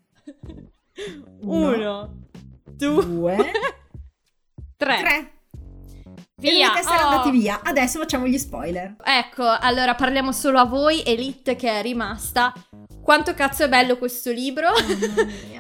S5: 1 2 3.
S6: Via. Dovete essere andati via. Adesso facciamo gli spoiler.
S5: Ecco, allora parliamo solo a voi, Elite che è rimasta. Quanto cazzo è bello questo libro.
S6: Mamma mia.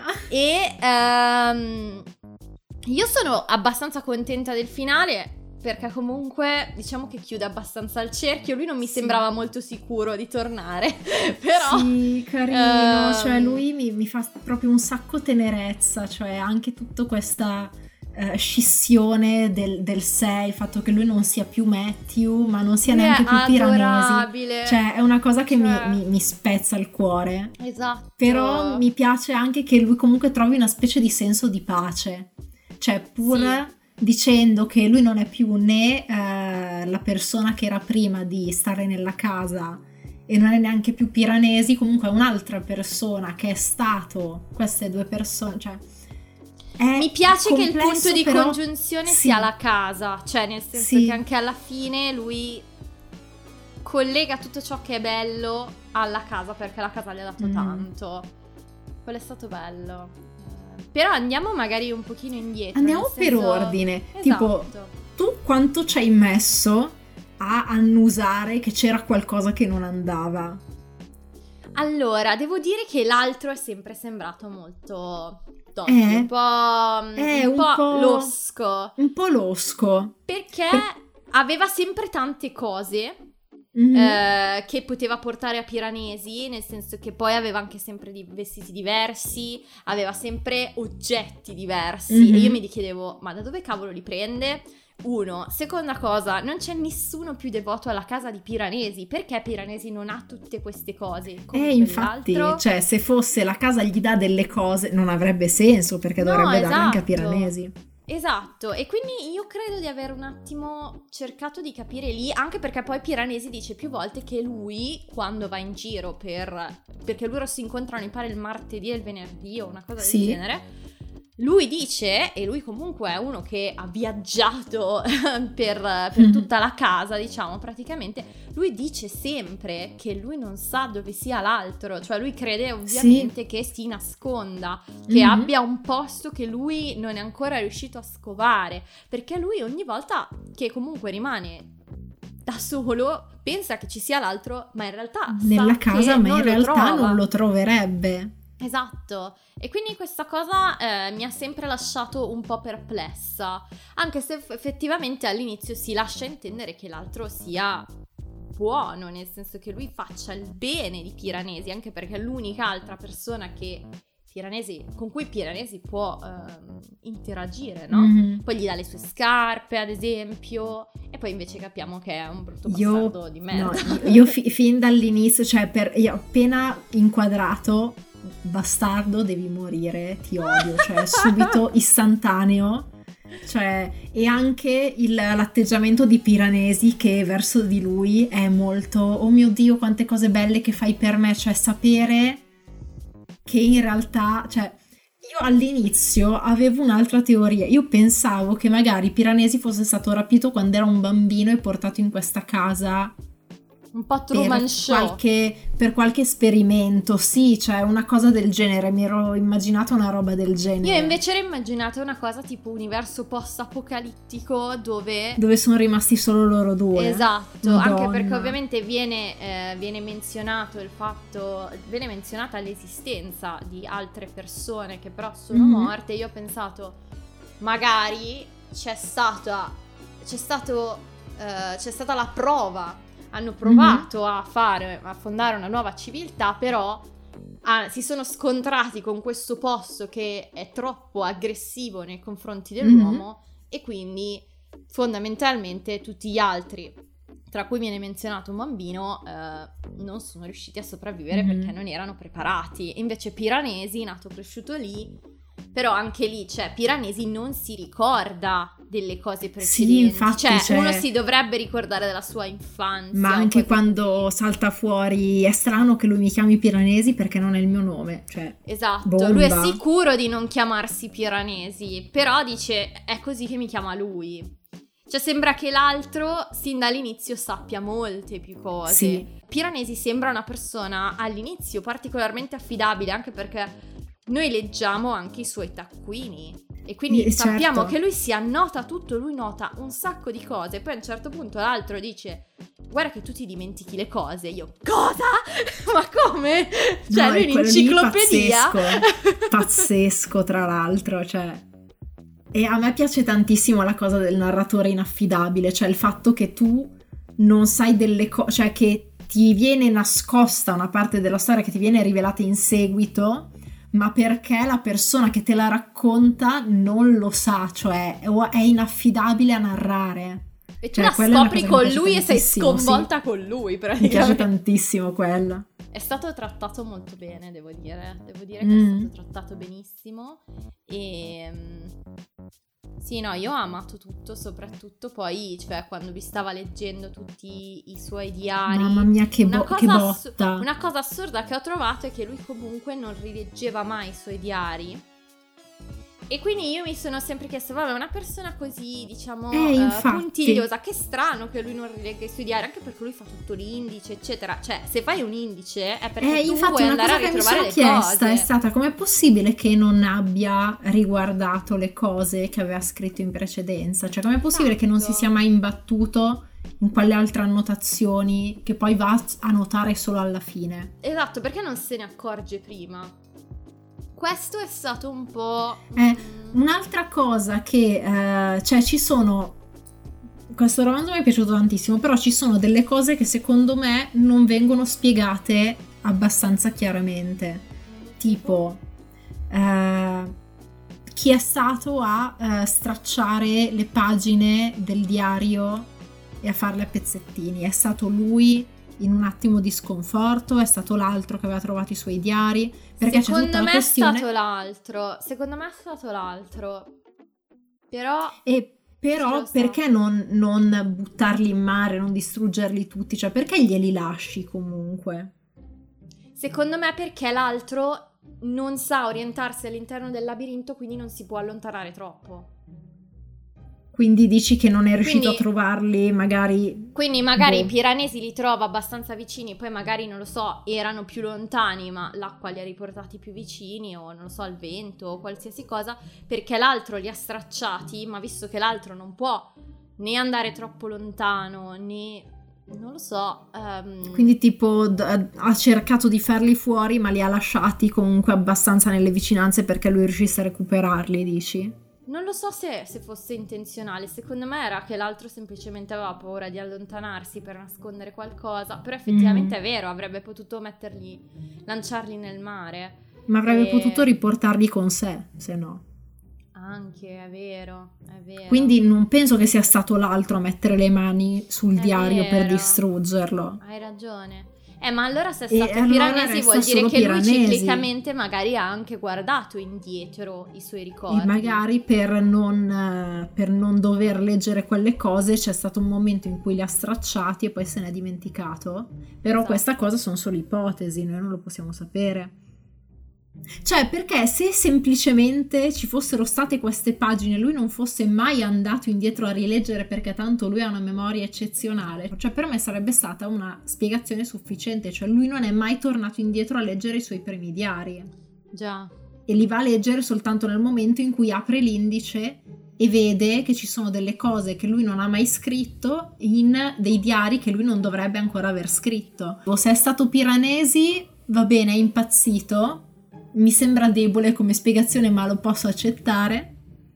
S5: E io sono abbastanza contenta del finale, perché comunque diciamo che chiude abbastanza il cerchio. Lui non mi sembrava molto sicuro di tornare, però
S6: sì, carino, cioè lui mi fa proprio un sacco tenerezza, cioè anche tutta questa scissione del sé, il fatto che lui non sia più Matthew ma non sia neanche più Piranesi, cioè è una cosa che mi spezza il cuore.
S5: Esatto.
S6: Però mi piace anche che lui comunque trovi una specie di senso di pace, cioè pur dicendo che lui non è più né la persona che era prima di stare nella casa e non è neanche più Piranesi, comunque è un'altra persona che è stato queste due persone, cioè
S5: mi piace che il punto di
S6: però,
S5: congiunzione sia la casa, cioè nel senso che anche alla fine lui collega tutto ciò che è bello alla casa, perché la casa gli ha dato tanto. Quello è stato bello. Però andiamo magari un pochino indietro.
S6: Andiamo per ordine. Tipo, tu quanto ci hai messo a annusare che c'era qualcosa che non andava?
S5: Allora, devo dire che l'altro è sempre sembrato molto un po' losco.
S6: Un po' losco.
S5: Perché aveva sempre tante cose che poteva portare a Piranesi, nel senso che poi aveva anche sempre vestiti diversi, aveva sempre oggetti diversi. E io mi chiedevo, ma da dove cavolo li prende? Uno, seconda cosa, non c'è nessuno più devoto alla casa di Piranesi, perché Piranesi non ha tutte queste cose?
S6: Infatti, cioè se fosse la casa gli dà delle cose non avrebbe senso, perché dovrebbe dare anche a Piranesi.
S5: Esatto, e quindi io credo di aver un attimo cercato di capire lì, anche perché poi Piranesi dice più volte che lui, quando va in giro perché loro si incontrano mi pare il martedì e il venerdì o una cosa del genere, lui dice, e lui comunque è uno che ha viaggiato per tutta la casa, diciamo, praticamente, lui dice sempre che lui non sa dove sia l'altro, cioè lui crede ovviamente che si nasconda, che abbia un posto che lui non è ancora riuscito a scovare, perché lui ogni volta che comunque rimane da solo pensa che ci sia l'altro, ma in realtà
S6: nella casa, ma in realtà non lo troverebbe.
S5: Esatto, e quindi questa cosa mi ha sempre lasciato un po' perplessa, anche se effettivamente all'inizio si lascia intendere che l'altro sia buono, nel senso che lui faccia il bene di Piranesi, anche perché è l'unica altra persona con cui Piranesi può interagire, no? Poi gli dà le sue scarpe, ad esempio, e poi invece capiamo che è un brutto bastardo di merda.
S6: No, io fin dall'inizio, cioè io appena inquadrato, bastardo devi morire, ti odio, cioè subito istantaneo. Cioè, e anche l'atteggiamento di Piranesi che verso di lui è molto, oh mio Dio, quante cose belle che fai per me, cioè sapere che in realtà, cioè, io all'inizio avevo un'altra teoria, io pensavo che magari Piranesi fosse stato rapito quando era un bambino e portato in questa casa
S5: un po' Truman Show
S6: per qualche esperimento, sì, cioè una cosa del genere, mi ero immaginata una roba del genere.
S5: Io invece ero immaginata una cosa tipo universo post-apocalittico dove
S6: sono rimasti solo loro due.
S5: Esatto,
S6: Madonna.
S5: anche perché ovviamente viene menzionato il fatto, viene menzionata l'esistenza di altre persone che però sono morte. Io ho pensato magari c'è stata la prova. Hanno provato a fondare una nuova civiltà, però si sono scontrati con questo posto che è troppo aggressivo nei confronti dell'uomo e quindi fondamentalmente tutti gli altri, tra cui viene menzionato un bambino, non sono riusciti a sopravvivere perché non erano preparati. Invece Piranesi, nato e cresciuto lì, però anche lì, cioè, Piranesi non si ricorda delle cose precedenti.
S6: Sì, infatti,
S5: cioè, uno si dovrebbe ricordare della sua infanzia.
S6: Ma anche quando salta fuori, è strano che lui mi chiami Piranesi perché non è il mio nome, cioè.
S5: Esatto,
S6: bomba.
S5: Lui è sicuro di non chiamarsi Piranesi, però dice, è così che mi chiama lui. Cioè, sembra che l'altro, sin dall'inizio, sappia molte più cose.
S6: Sì.
S5: Piranesi sembra una persona, all'inizio, particolarmente affidabile, anche perché noi leggiamo anche i suoi taccuini e quindi sappiamo che lui si annota tutto, lui nota un sacco di cose. Poi a un certo punto l'altro dice, guarda che tu ti dimentichi le cose. Io, cosa? Ma come? Cioè, lui in enciclopedia.
S6: Pazzesco tra l'altro, cioè. E a me piace tantissimo la cosa del narratore inaffidabile, cioè il fatto che tu non sai delle cose, cioè che ti viene nascosta una parte della storia che ti viene rivelata in seguito, ma perché la persona che te la racconta non lo sa, cioè è inaffidabile a narrare.
S5: E tu la scopri con lui e sei sconvolta con lui, praticamente.
S6: Mi piace tantissimo quella.
S5: È stato trattato molto bene, devo dire che è stato trattato benissimo e sì, no, io ho amato tutto, soprattutto poi, cioè, quando vi stava leggendo tutti i suoi diari.
S6: Mamma mia, che botta!
S5: Una cosa assurda che ho trovato è che lui comunque non rileggeva mai i suoi diari. E quindi io mi sono sempre chiesto, vabbè, una persona così, diciamo, puntigliosa, che strano che lui non rilegga i suoi diari, anche perché lui fa tutto l'indice, eccetera. Cioè, se fai un indice è perché tu
S6: infatti,
S5: vuoi andare a ritrovare le cose.
S6: Una cosa che mi sono chiesta è stata, com'è possibile che non abbia riguardato le cose che aveva scritto in precedenza? Cioè, com'è possibile che non si sia mai imbattuto in quelle altre annotazioni che poi va a notare solo alla fine?
S5: Esatto, perché non se ne accorge prima? Questo è stato un po'.
S6: Un'altra cosa che cioè ci sono, questo romanzo mi è piaciuto tantissimo, però ci sono delle cose che secondo me non vengono spiegate abbastanza chiaramente, tipo chi è stato a stracciare le pagine del diario e a farle a pezzettini? È stato lui in un attimo di sconforto? È stato l'altro che aveva trovato i suoi diari? Perché
S5: secondo
S6: c'è tutta
S5: me
S6: la questione...
S5: secondo me è stato l'altro, però
S6: perché non buttarli in mare, non distruggerli tutti? Cioè, perché glieli lasci comunque?
S5: Secondo me perché l'altro non sa orientarsi all'interno del labirinto, quindi non si può allontanare troppo.
S6: Quindi dici che non è riuscito a trovarli, magari...
S5: Quindi magari i Piranesi li trova abbastanza vicini, poi magari, non lo so, erano più lontani, ma l'acqua li ha riportati più vicini, o non lo so, il vento, o qualsiasi cosa, perché l'altro li ha stracciati, ma visto che l'altro non può né andare troppo lontano, né... non lo so...
S6: Quindi tipo ha cercato di farli fuori, ma li ha lasciati comunque abbastanza nelle vicinanze perché lui riuscisse a recuperarli, dici?
S5: Non lo so se fosse intenzionale, secondo me era che l'altro semplicemente aveva paura di allontanarsi per nascondere qualcosa, però effettivamente è vero, avrebbe potuto lanciarli nel mare.
S6: Ma avrebbe potuto riportarli con sé, se no.
S5: Anche, è vero.
S6: Quindi non penso che sia stato l'altro a mettere le mani sul diario per distruggerlo.
S5: Hai ragione. Ma allora se è
S6: E
S5: stato
S6: allora
S5: Piranesi
S6: resta
S5: vuol dire
S6: solo
S5: che lui
S6: Piranesi.
S5: ciclicamente magari ha anche guardato indietro i suoi ricordi.
S6: E magari per non dover leggere quelle cose c'è stato un momento in cui li ha stracciati e poi se ne è dimenticato. Però questa cosa sono solo ipotesi, noi non lo possiamo sapere. Cioè, perché se semplicemente ci fossero state queste pagine e lui non fosse mai andato indietro a rileggere perché tanto lui ha una memoria eccezionale, cioè per me sarebbe stata una spiegazione sufficiente, cioè lui non è mai tornato indietro a leggere i suoi primi diari.
S5: Già.
S6: E li va a leggere soltanto nel momento in cui apre l'indice e vede che ci sono delle cose che lui non ha mai scritto in dei diari che lui non dovrebbe ancora aver scritto. O se è stato Piranesi, va bene, è impazzito. Mi sembra debole come spiegazione, ma lo posso accettare.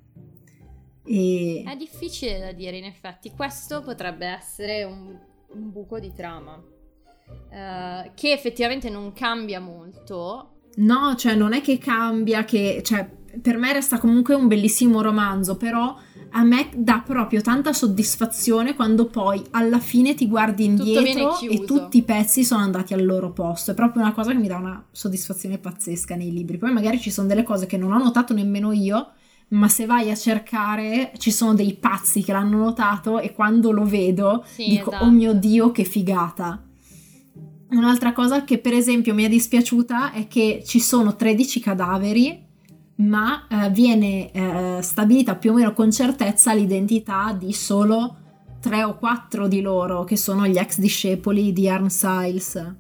S5: È difficile da dire, in effetti. Questo potrebbe essere un buco di trama che effettivamente non cambia molto.
S6: No, cioè non è che cambia, cioè, per me resta comunque un bellissimo romanzo, però a me dà proprio tanta soddisfazione quando poi alla fine ti guardi indietro e tutti i pezzi sono andati al loro posto. È proprio una cosa che mi dà una soddisfazione pazzesca nei libri. Poi magari ci sono delle cose che non ho notato nemmeno io, ma se vai a cercare ci sono dei pazzi che l'hanno notato e quando lo vedo dico
S5: esatto.
S6: Oh mio Dio, che figata. Un'altra cosa che per esempio mi è dispiaciuta è che ci sono 13 cadaveri, ma viene stabilita più o meno con certezza l'identità di solo 3 o 4 di loro, che sono gli ex discepoli di Arne Styles.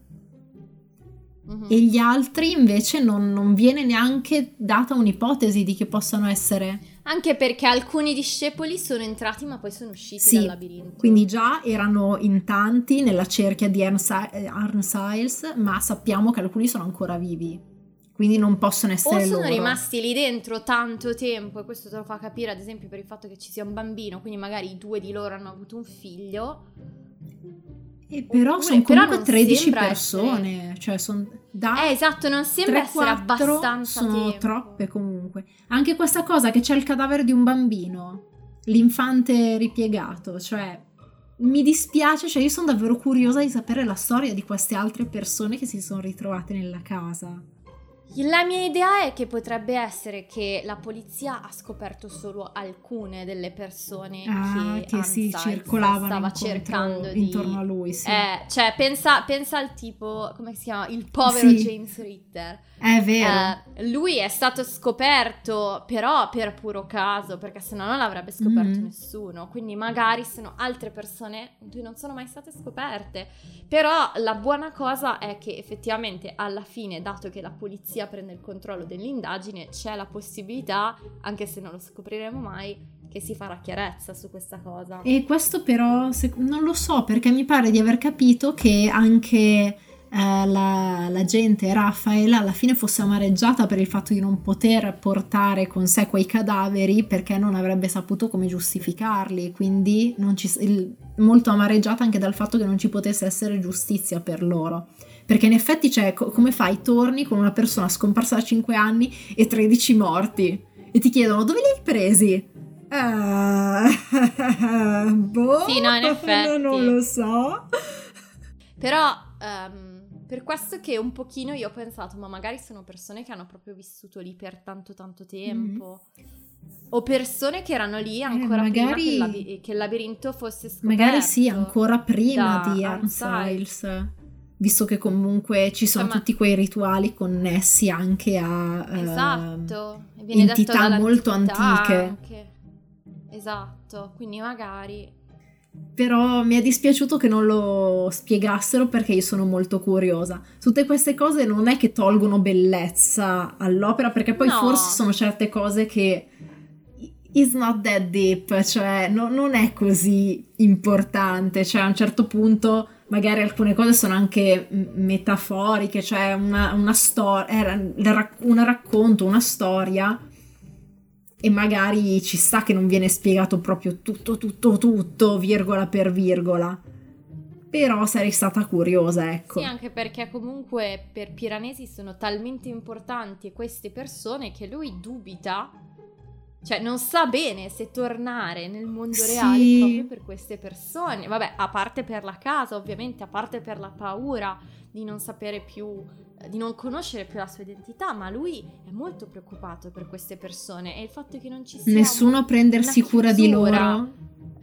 S6: E gli altri invece non viene neanche data un'ipotesi di che possano essere.
S5: Anche perché alcuni discepoli sono entrati ma poi sono usciti dal labirinto.
S6: Quindi già erano in tanti nella cerchia di Arne Styles, ma sappiamo che alcuni sono ancora vivi. Quindi non possono essere loro.
S5: O sono rimasti lì dentro tanto tempo, e questo te lo fa capire ad esempio per il fatto che ci sia un bambino, quindi magari 2 di loro hanno avuto un figlio.
S6: E però sono comunque 13 persone, cioè sono
S5: esatto, non sembra essere abbastanza
S6: sono
S5: tempo.
S6: Troppe comunque. Anche questa cosa che c'è il cadavere di un bambino, l'infante ripiegato, cioè mi dispiace, cioè io sono davvero curiosa di sapere la storia di queste altre persone che si sono ritrovate nella casa.
S5: La mia idea è che potrebbe essere che la polizia ha scoperto solo alcune delle persone che
S6: si circolavano
S5: stava cercando
S6: intorno a lui, sì.
S5: Cioè pensa al tipo, come si chiama? Il povero James Ritter.
S6: È vero.
S5: Lui è stato scoperto però per puro caso, perché sennò non l'avrebbe scoperto nessuno. Quindi magari sono altre persone che non sono mai state scoperte. Però la buona cosa è che effettivamente alla fine, dato che la polizia prende il controllo dell'indagine, c'è la possibilità, anche se non lo scopriremo mai, che si farà chiarezza su questa cosa.
S6: E questo però non lo so, perché mi pare di aver capito che anche la gente Raffaella alla fine fosse amareggiata per il fatto di non poter portare con sé quei cadaveri perché non avrebbe saputo come giustificarli, quindi molto amareggiata anche dal fatto che non ci potesse essere giustizia per loro, perché in effetti come fai, torni con una persona scomparsa da 5 anni e 13 morti e ti chiedono dove li hai presi?
S5: Sì, no, in effetti
S6: non lo so,
S5: però per questo che un pochino io ho pensato, ma magari sono persone che hanno proprio vissuto lì per tanto tempo, o persone che erano lì ancora prima che il labirinto fosse scoperto.
S6: Magari sì, ancora prima di Arne Styles, visto che comunque ci sono tutti quei rituali connessi anche a entità molto antiche.
S5: Anche. Esatto, quindi magari...
S6: Però mi è dispiaciuto che non lo spiegassero, perché io sono molto curiosa. Tutte queste cose non è che tolgono bellezza all'opera, perché poi forse sono certe cose che it's not that deep, cioè non è così importante, cioè a un certo punto magari alcune cose sono anche metaforiche, cioè una storia, un racconto, una storia, e magari ci sta che non viene spiegato proprio tutto, virgola per virgola. Però sarei stata curiosa, ecco.
S5: Sì, anche perché comunque per Piranesi sono talmente importanti queste persone che lui dubita Cioè non sa bene se tornare nel mondo reale proprio per queste persone. Vabbè, a parte per la casa, ovviamente, a parte per la paura di non sapere più, di non conoscere più la sua identità, ma lui è molto preoccupato per queste persone e il fatto che non ci sia
S6: nessuno a prendersi cura di loro,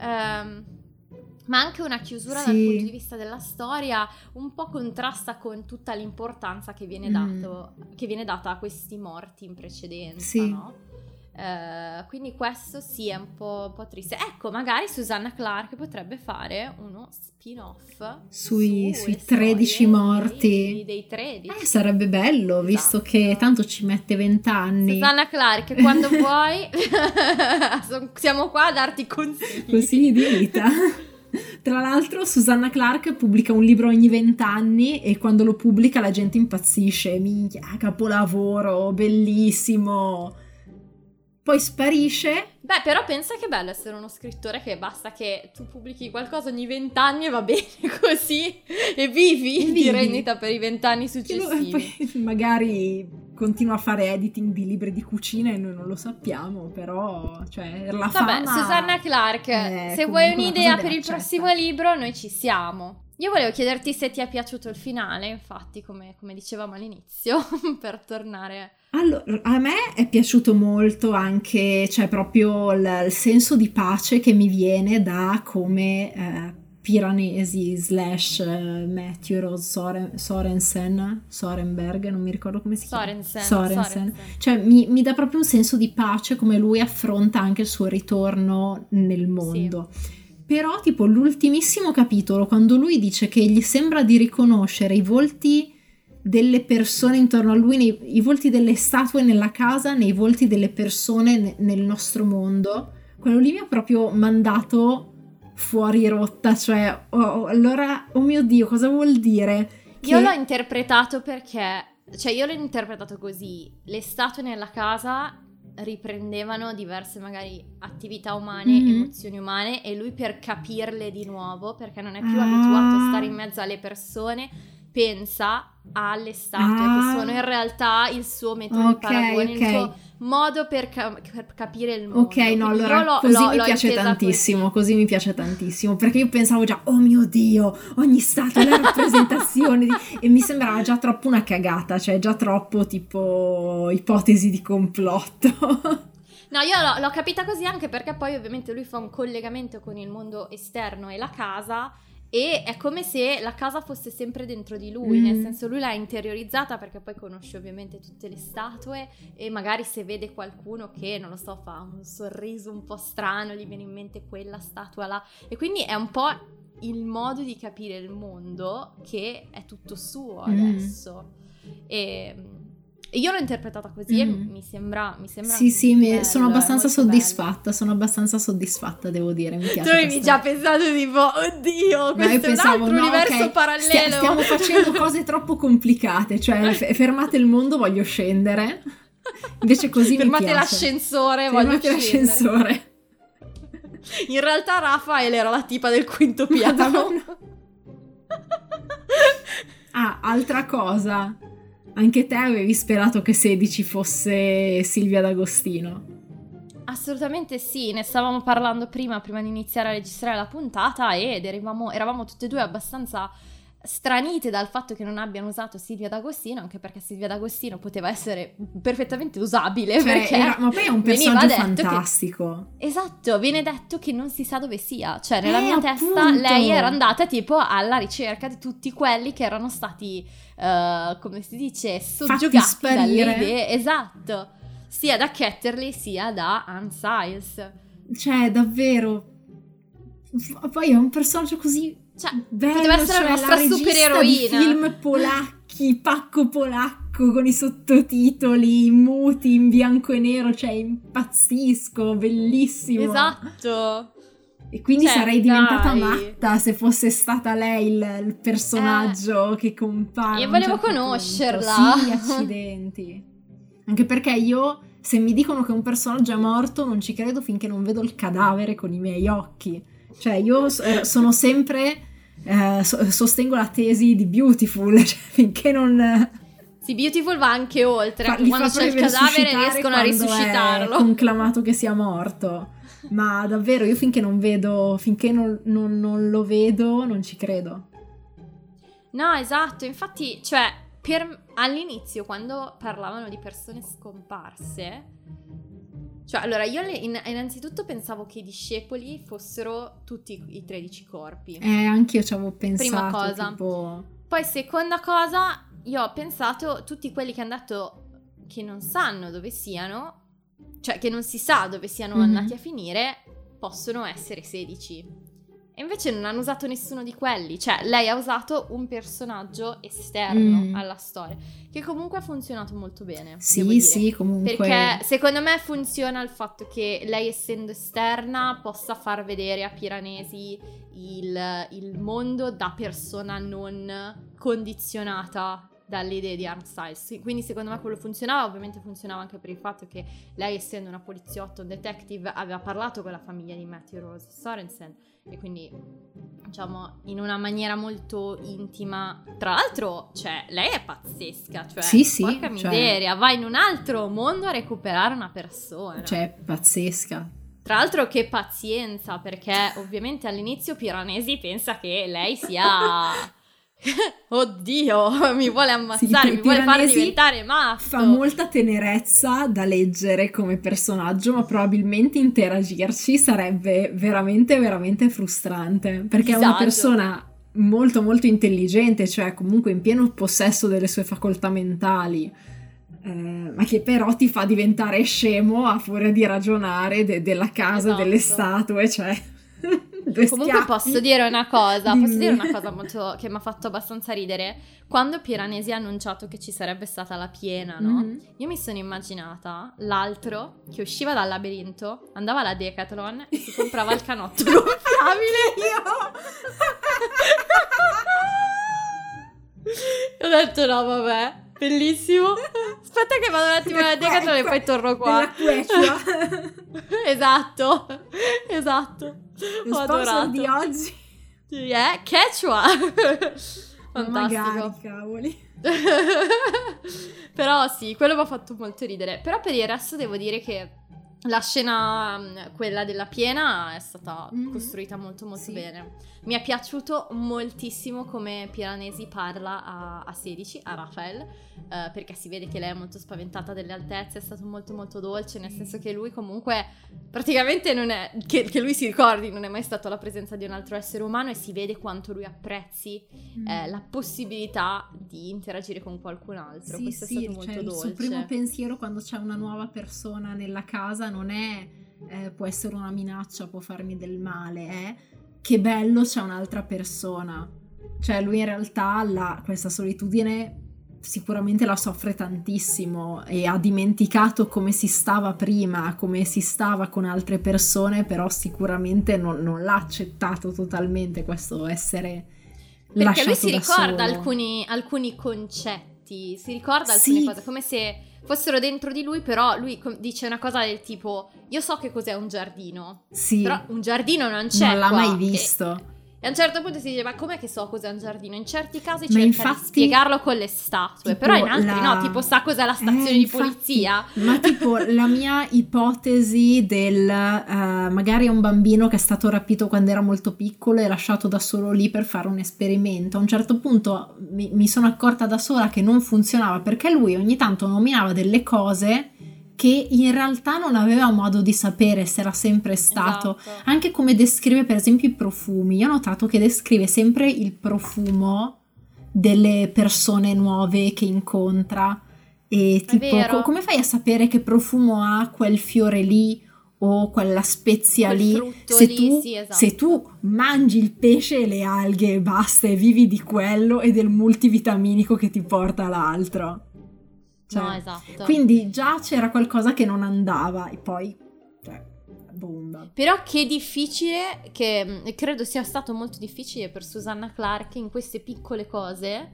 S5: ma anche una chiusura dal punto di vista della storia un po' contrasta con tutta l'importanza che viene data a questi morti in precedenza, no? Quindi questo sì è un po' triste. Ecco, magari Susanna Clarke potrebbe fare uno spin-off
S6: sui 13 morti
S5: dei 13.
S6: Sarebbe bello, visto che tanto ci mette 20 anni.
S5: Susanna Clarke, quando vuoi siamo qua a darti
S6: consigli di vita. Tra l'altro Susanna Clarke pubblica un libro ogni 20 anni e quando lo pubblica la gente impazzisce, minchia, capolavoro, bellissimo. Poi sparisce.
S5: Beh, però pensa che bello essere uno scrittore che basta che tu pubblichi qualcosa ogni 20 anni e va bene così e vivi di rendita per i 20 anni successivi.
S6: Poi magari continua a fare editing di libri di cucina e noi non lo sappiamo, però cioè la fama.
S5: Vabbè, Susanna Clarke, se vuoi un'idea per il prossimo libro noi ci siamo. Io volevo chiederti se ti è piaciuto il finale, infatti, come dicevamo all'inizio, per tornare.
S6: Allora, a me è piaciuto molto anche, cioè proprio il senso di pace che mi viene da come Piranesi / Matthew Sorenberg, non mi ricordo come si chiama. Sorensen. Cioè mi dà proprio un senso di pace come lui affronta anche il suo ritorno nel mondo. Sì. Però tipo l'ultimissimo capitolo, quando lui dice che gli sembra di riconoscere i volti delle persone intorno a lui, i volti delle statue nella casa, nei volti delle persone nel nostro mondo, quello lì mi ha proprio mandato fuori rotta, cioè allora, oh mio Dio, cosa vuol dire?
S5: Io l'ho interpretato così, le statue nella casa riprendevano diverse magari attività umane, emozioni umane, e lui per capirle di nuovo, perché non è più abituato a stare in mezzo alle persone, pensa alle statue che sono in realtà il suo metodo di paragone, il suo modo per capire il mondo.
S6: Ok, no, allora così mi piace tantissimo, così mi piace tantissimo, perché io pensavo già, oh mio Dio, ogni statua è la rappresentazione e mi sembrava già troppo una cagata, cioè già troppo tipo ipotesi di complotto.
S5: No, io l'ho capita così anche perché poi ovviamente lui fa un collegamento con il mondo esterno e la casa, e è come se la casa fosse sempre dentro di lui, nel senso lui l'ha interiorizzata perché poi conosce ovviamente tutte le statue e magari se vede qualcuno che, non lo so, fa un sorriso un po' strano, gli viene in mente quella statua là, e quindi è un po' il modo di capire il mondo che è tutto suo adesso. E io l'ho interpretata così e mi sembra
S6: sì,
S5: bello,
S6: sono abbastanza soddisfatta, devo dire, mi piace.
S5: Tu avevi già pensato tipo, oddio, questo è un altro universo parallelo.
S6: Stiamo facendo cose troppo complicate, cioè fermate il mondo, voglio scendere. Invece così
S5: fermate
S6: mi piace.
S5: L'ascensore, voglio scendere. In realtà Rafael era la tipa del quinto piano.
S6: Altra cosa. Anche te avevi sperato che 16 fosse Silvia D'Agostino?
S5: Assolutamente sì, ne stavamo parlando prima di iniziare a registrare la puntata ed eravamo tutte e due abbastanza stranite dal fatto che non abbiano usato Silvia D'Agostino, anche perché Silvia D'Agostino poteva essere perfettamente usabile, perché
S6: ma poi è un personaggio fantastico.
S5: Esatto, viene detto che non si sa dove sia, cioè nella mia testa lei era andata tipo alla ricerca di tutti quelli che erano stati come si dice, soggiogati dalle idee, esatto, sia da Ketterley sia da Anne Siles.
S6: Cioè davvero, poi è un personaggio così bello,
S5: poteva essere la nostra supereroina
S6: di film polacchi, pacco polacco con i sottotitoli muti in bianco e nero, cioè impazzisco, bellissimo,
S5: esatto.
S6: E quindi sarei diventata matta se fosse stata lei il personaggio che compare.
S5: Io volevo conoscerla.
S6: Sì, accidenti. Anche perché io, se mi dicono che un personaggio è morto, non ci credo finché non vedo il cadavere con i miei occhi. Cioè io sono sempre sostengo la tesi di Beautiful, cioè finché non
S5: Sì, Beautiful va anche oltre,
S6: Fa-
S5: anche
S6: li
S5: quando
S6: fa
S5: c'è il
S6: proprio
S5: cadavere
S6: resuscitare
S5: riescono a
S6: quando
S5: risuscitarlo.
S6: è conclamato che sia morto. Ma davvero, io finché non lo vedo, non ci credo.
S5: No, esatto, infatti, cioè, all'inizio quando parlavano di persone scomparse, cioè, allora, io innanzitutto pensavo che i discepoli fossero tutti i 13 corpi.
S6: Anch'io ci avevo pensato.
S5: Prima cosa.
S6: Tipo...
S5: Poi seconda cosa, io ho pensato tutti quelli che hanno detto che non sanno dove siano, cioè che non si sa dove siano andati a finire, possono essere 16. E invece non hanno usato nessuno di quelli, cioè lei ha usato un personaggio esterno alla storia, che comunque ha funzionato molto bene.
S6: Sì, comunque.
S5: Perché secondo me funziona il fatto che lei, essendo esterna, possa far vedere a Piranesi il mondo da persona non condizionata dalle idee di Harry Styles. Quindi secondo me quello funzionava. Ovviamente funzionava anche per il fatto che lei, essendo una poliziotta, un detective, aveva parlato con la famiglia di Matthew Rose Sorensen, e quindi, diciamo, in una maniera molto intima. Tra l'altro, cioè, lei è pazzesca, cioè,
S6: sì,
S5: porca miseria, va in un altro mondo a recuperare una persona.
S6: Cioè, pazzesca.
S5: Tra l'altro, che pazienza, perché ovviamente all'inizio Piranesi pensa che lei sia... Oddio, mi vuole ammazzare, mi vuole far diventare matto.
S6: Fa molta tenerezza da leggere come personaggio, ma probabilmente interagirci sarebbe veramente, veramente frustrante, perché è una persona molto, molto intelligente, cioè comunque in pieno possesso delle sue facoltà mentali, ma che però ti fa diventare scemo a furia di ragionare della casa, delle statue, cioè...
S5: Comunque posso dire una cosa molto che mi ha fatto abbastanza ridere. Quando Piranesi ha annunciato che ci sarebbe stata la piena, no? Io mi sono immaginata l'altro che usciva dal labirinto, andava alla Decathlon e si comprava il canotto gonfiabile. Ho detto no, vabbè, bellissimo. Aspetta che vado un attimo alla Decathlon e poi torno qua. Esatto.
S6: Lo sponsor di oggi.
S5: Quechua. Fantastico.
S6: Magari, cavoli.
S5: Però sì, quello mi ha fatto molto ridere. Però per il resto devo dire che la scena, quella della piena, è stata costruita molto molto bene. Mi è piaciuto moltissimo come Piranesi parla a 16, a Raphael, perché si vede che lei è molto spaventata delle altezze. È stato molto molto dolce, nel senso che lui comunque praticamente non è, che lui si ricordi, non è mai stato alla presenza di un altro essere umano, e si vede quanto lui apprezzi la possibilità di interagire con qualcun altro. Questo è stato molto dolce.
S6: Il suo primo pensiero quando c'è una nuova persona nella casa non è può essere una minaccia, può farmi del male, che bello, c'è un'altra persona. Cioè lui in realtà questa solitudine sicuramente la soffre tantissimo e ha dimenticato come si stava prima, come si stava con altre persone, però sicuramente non l'ha accettato totalmente questo essere lasciato da solo. Perché lui si
S5: ricorda alcuni concetti, si ricorda alcune cose, come se fossero dentro di lui, però lui dice una cosa del tipo: io so che cos'è un giardino, però un giardino non c'è,
S6: non l'ha mai visto.
S5: E a un certo punto si dice: ma com'è che so cos'è un giardino? In certi casi cerca di spiegarlo con le statue, però in altri no, tipo sa cos'è la stazione di polizia.
S6: Ma tipo la mia ipotesi del magari è un bambino che è stato rapito quando era molto piccolo e lasciato da solo lì per fare un esperimento. A un certo punto mi sono accorta da sola che non funzionava, perché lui ogni tanto nominava delle cose che in realtà non aveva modo di sapere se era sempre stato. Esatto. Anche come descrive per esempio i profumi. Io ho notato che descrive sempre il profumo delle persone nuove che incontra, e tipo come fai a sapere che profumo ha quel fiore lì o quella spezia lì se tu mangi il pesce e le alghe e basta e vivi di quello e del multivitaminico che ti porta l'altro? Cioè,
S5: no, esatto.
S6: Quindi già c'era qualcosa che non andava, e poi bomba.
S5: Però che difficile, che credo sia stato molto difficile per Susanna Clarke in queste piccole cose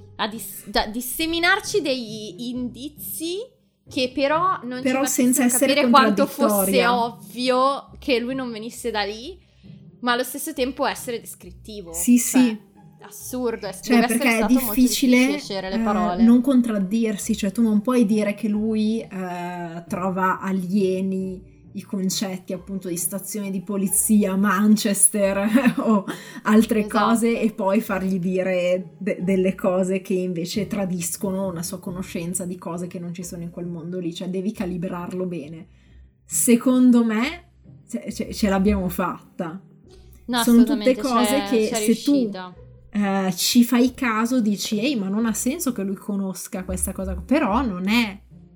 S5: da disseminarci degli indizi che però non ci
S6: senza essere
S5: capire quanto fosse ovvio che lui non venisse da lì, ma allo stesso tempo essere descrittivo.
S6: Sì.
S5: assurdo,
S6: cioè,
S5: deve
S6: perché
S5: essere
S6: è
S5: stato molto
S6: difficile
S5: scegliere le parole.
S6: non contraddirsi, cioè tu non puoi dire che lui trova alieni i concetti appunto di stazione di polizia, Manchester o altre cose e poi fargli dire delle cose che invece tradiscono una sua conoscenza di cose che non ci sono in quel mondo lì, cioè devi calibrarlo bene. Secondo me ce l'abbiamo fatta.
S5: No,
S6: sono tutte cose
S5: c'è
S6: che se
S5: riuscita.
S6: tu ci fai caso dici ehi, ma non ha senso che lui conosca questa cosa, però non è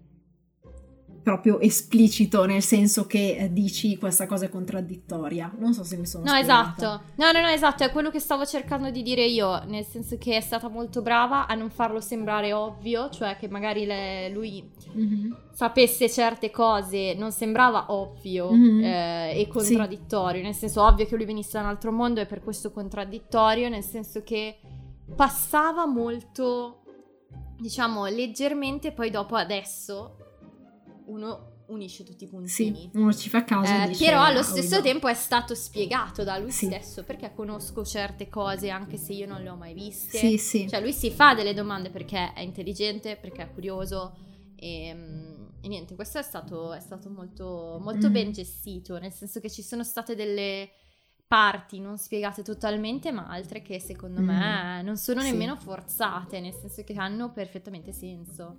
S6: proprio esplicito, nel senso che dici questa cosa è contraddittoria. Non so se mi sono spiegata.
S5: Esatto. No, esatto, è quello che stavo cercando di dire io, nel senso che è stata molto brava a non farlo sembrare ovvio, cioè che magari lui sapesse certe cose, non sembrava ovvio e contraddittorio, nel senso ovvio che lui venisse da un altro mondo e per questo contraddittorio, nel senso che passava molto, diciamo, leggermente, poi dopo adesso uno unisce tutti i puntini.
S6: Sì, uno ci fa caso e dice,
S5: però allo stesso tempo è stato spiegato da lui stesso, perché conosco certe cose anche se io non le ho mai viste.
S6: Sì.
S5: Cioè lui si fa delle domande perché è intelligente, perché è curioso e niente, questo è stato molto, molto ben gestito, nel senso che ci sono state delle parti non spiegate totalmente, ma altre che secondo me non sono nemmeno forzate, nel senso che hanno perfettamente senso.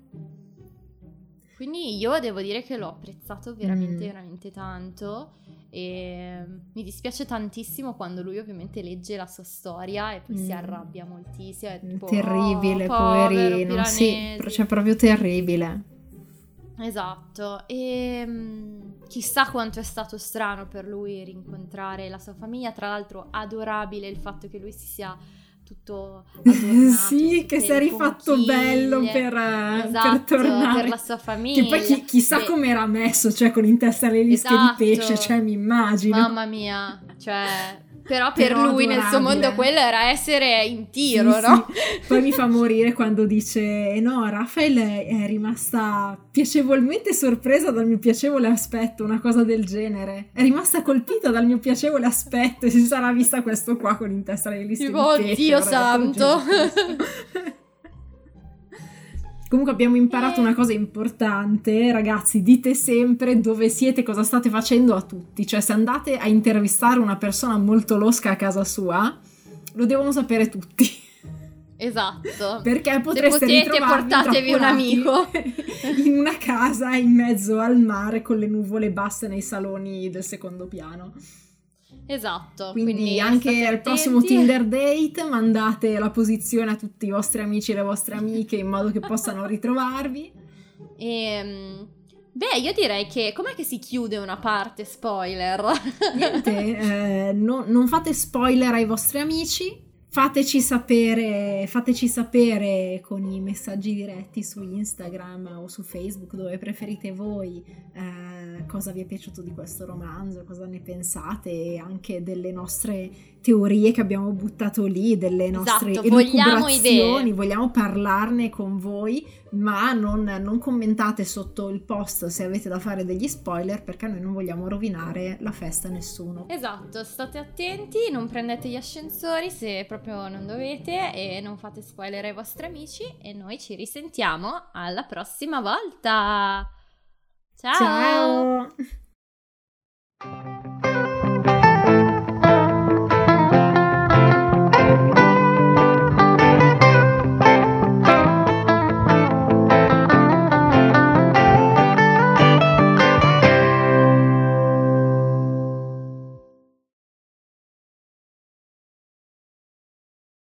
S5: Quindi io devo dire che l'ho apprezzato veramente, veramente tanto e mi dispiace tantissimo quando lui ovviamente legge la sua storia e poi si arrabbia moltissimo. È tipo,
S6: terribile, poverino, sì, cioè proprio terribile.
S5: Esatto, e chissà quanto è stato strano per lui rincontrare la sua famiglia, tra l'altro adorabile il fatto che lui si sia tutto adornato,
S6: sì, che si è rifatto bello per tornare
S5: per la sua famiglia,
S6: che poi chissà come era messo, cioè con in testa le lische di pesce, cioè mi immagino,
S5: mamma mia, cioè però per lui
S6: adorabile.
S5: Nel suo mondo quello era essere in tiro, no?
S6: Sì. Poi mi fa morire quando dice no, Rafael è rimasta piacevolmente sorpresa dal mio piacevole aspetto, una cosa del genere, è rimasta colpita dal mio piacevole aspetto e si sarà vista questo qua con in testa le liste
S5: tipo,
S6: di pesce.
S5: Dio santo.
S6: Comunque abbiamo imparato una cosa importante, ragazzi, dite sempre dove siete, cosa state facendo a tutti, cioè se andate a intervistare una persona molto losca a casa sua, lo devono sapere tutti.
S5: Esatto.
S6: Perché potreste
S5: ritrovarvi portatevi un amico
S6: in una casa in mezzo al mare con le nuvole basse nei saloni del secondo piano.
S5: Esatto.
S6: Quindi anche al prossimo Tinder date mandate la posizione a tutti i vostri amici e le vostre amiche in modo che possano ritrovarvi.
S5: Beh, io direi che com'è che si chiude una parte spoiler?
S6: Niente, non fate spoiler ai vostri amici. Fateci sapere con i messaggi diretti su Instagram o su Facebook, dove preferite voi, cosa vi è piaciuto di questo romanzo, cosa ne pensate, e anche delle nostre teorie che abbiamo buttato lì, delle nostre elucubrazioni, vogliamo parlarne con voi, ma non commentate sotto il post se avete da fare degli spoiler, perché noi non vogliamo rovinare la festa a nessuno.
S5: Esatto, state attenti, non prendete gli ascensori se proprio non dovete e non fate spoiler ai vostri amici, e noi ci risentiamo alla prossima volta. Ciao!
S6: Ciao!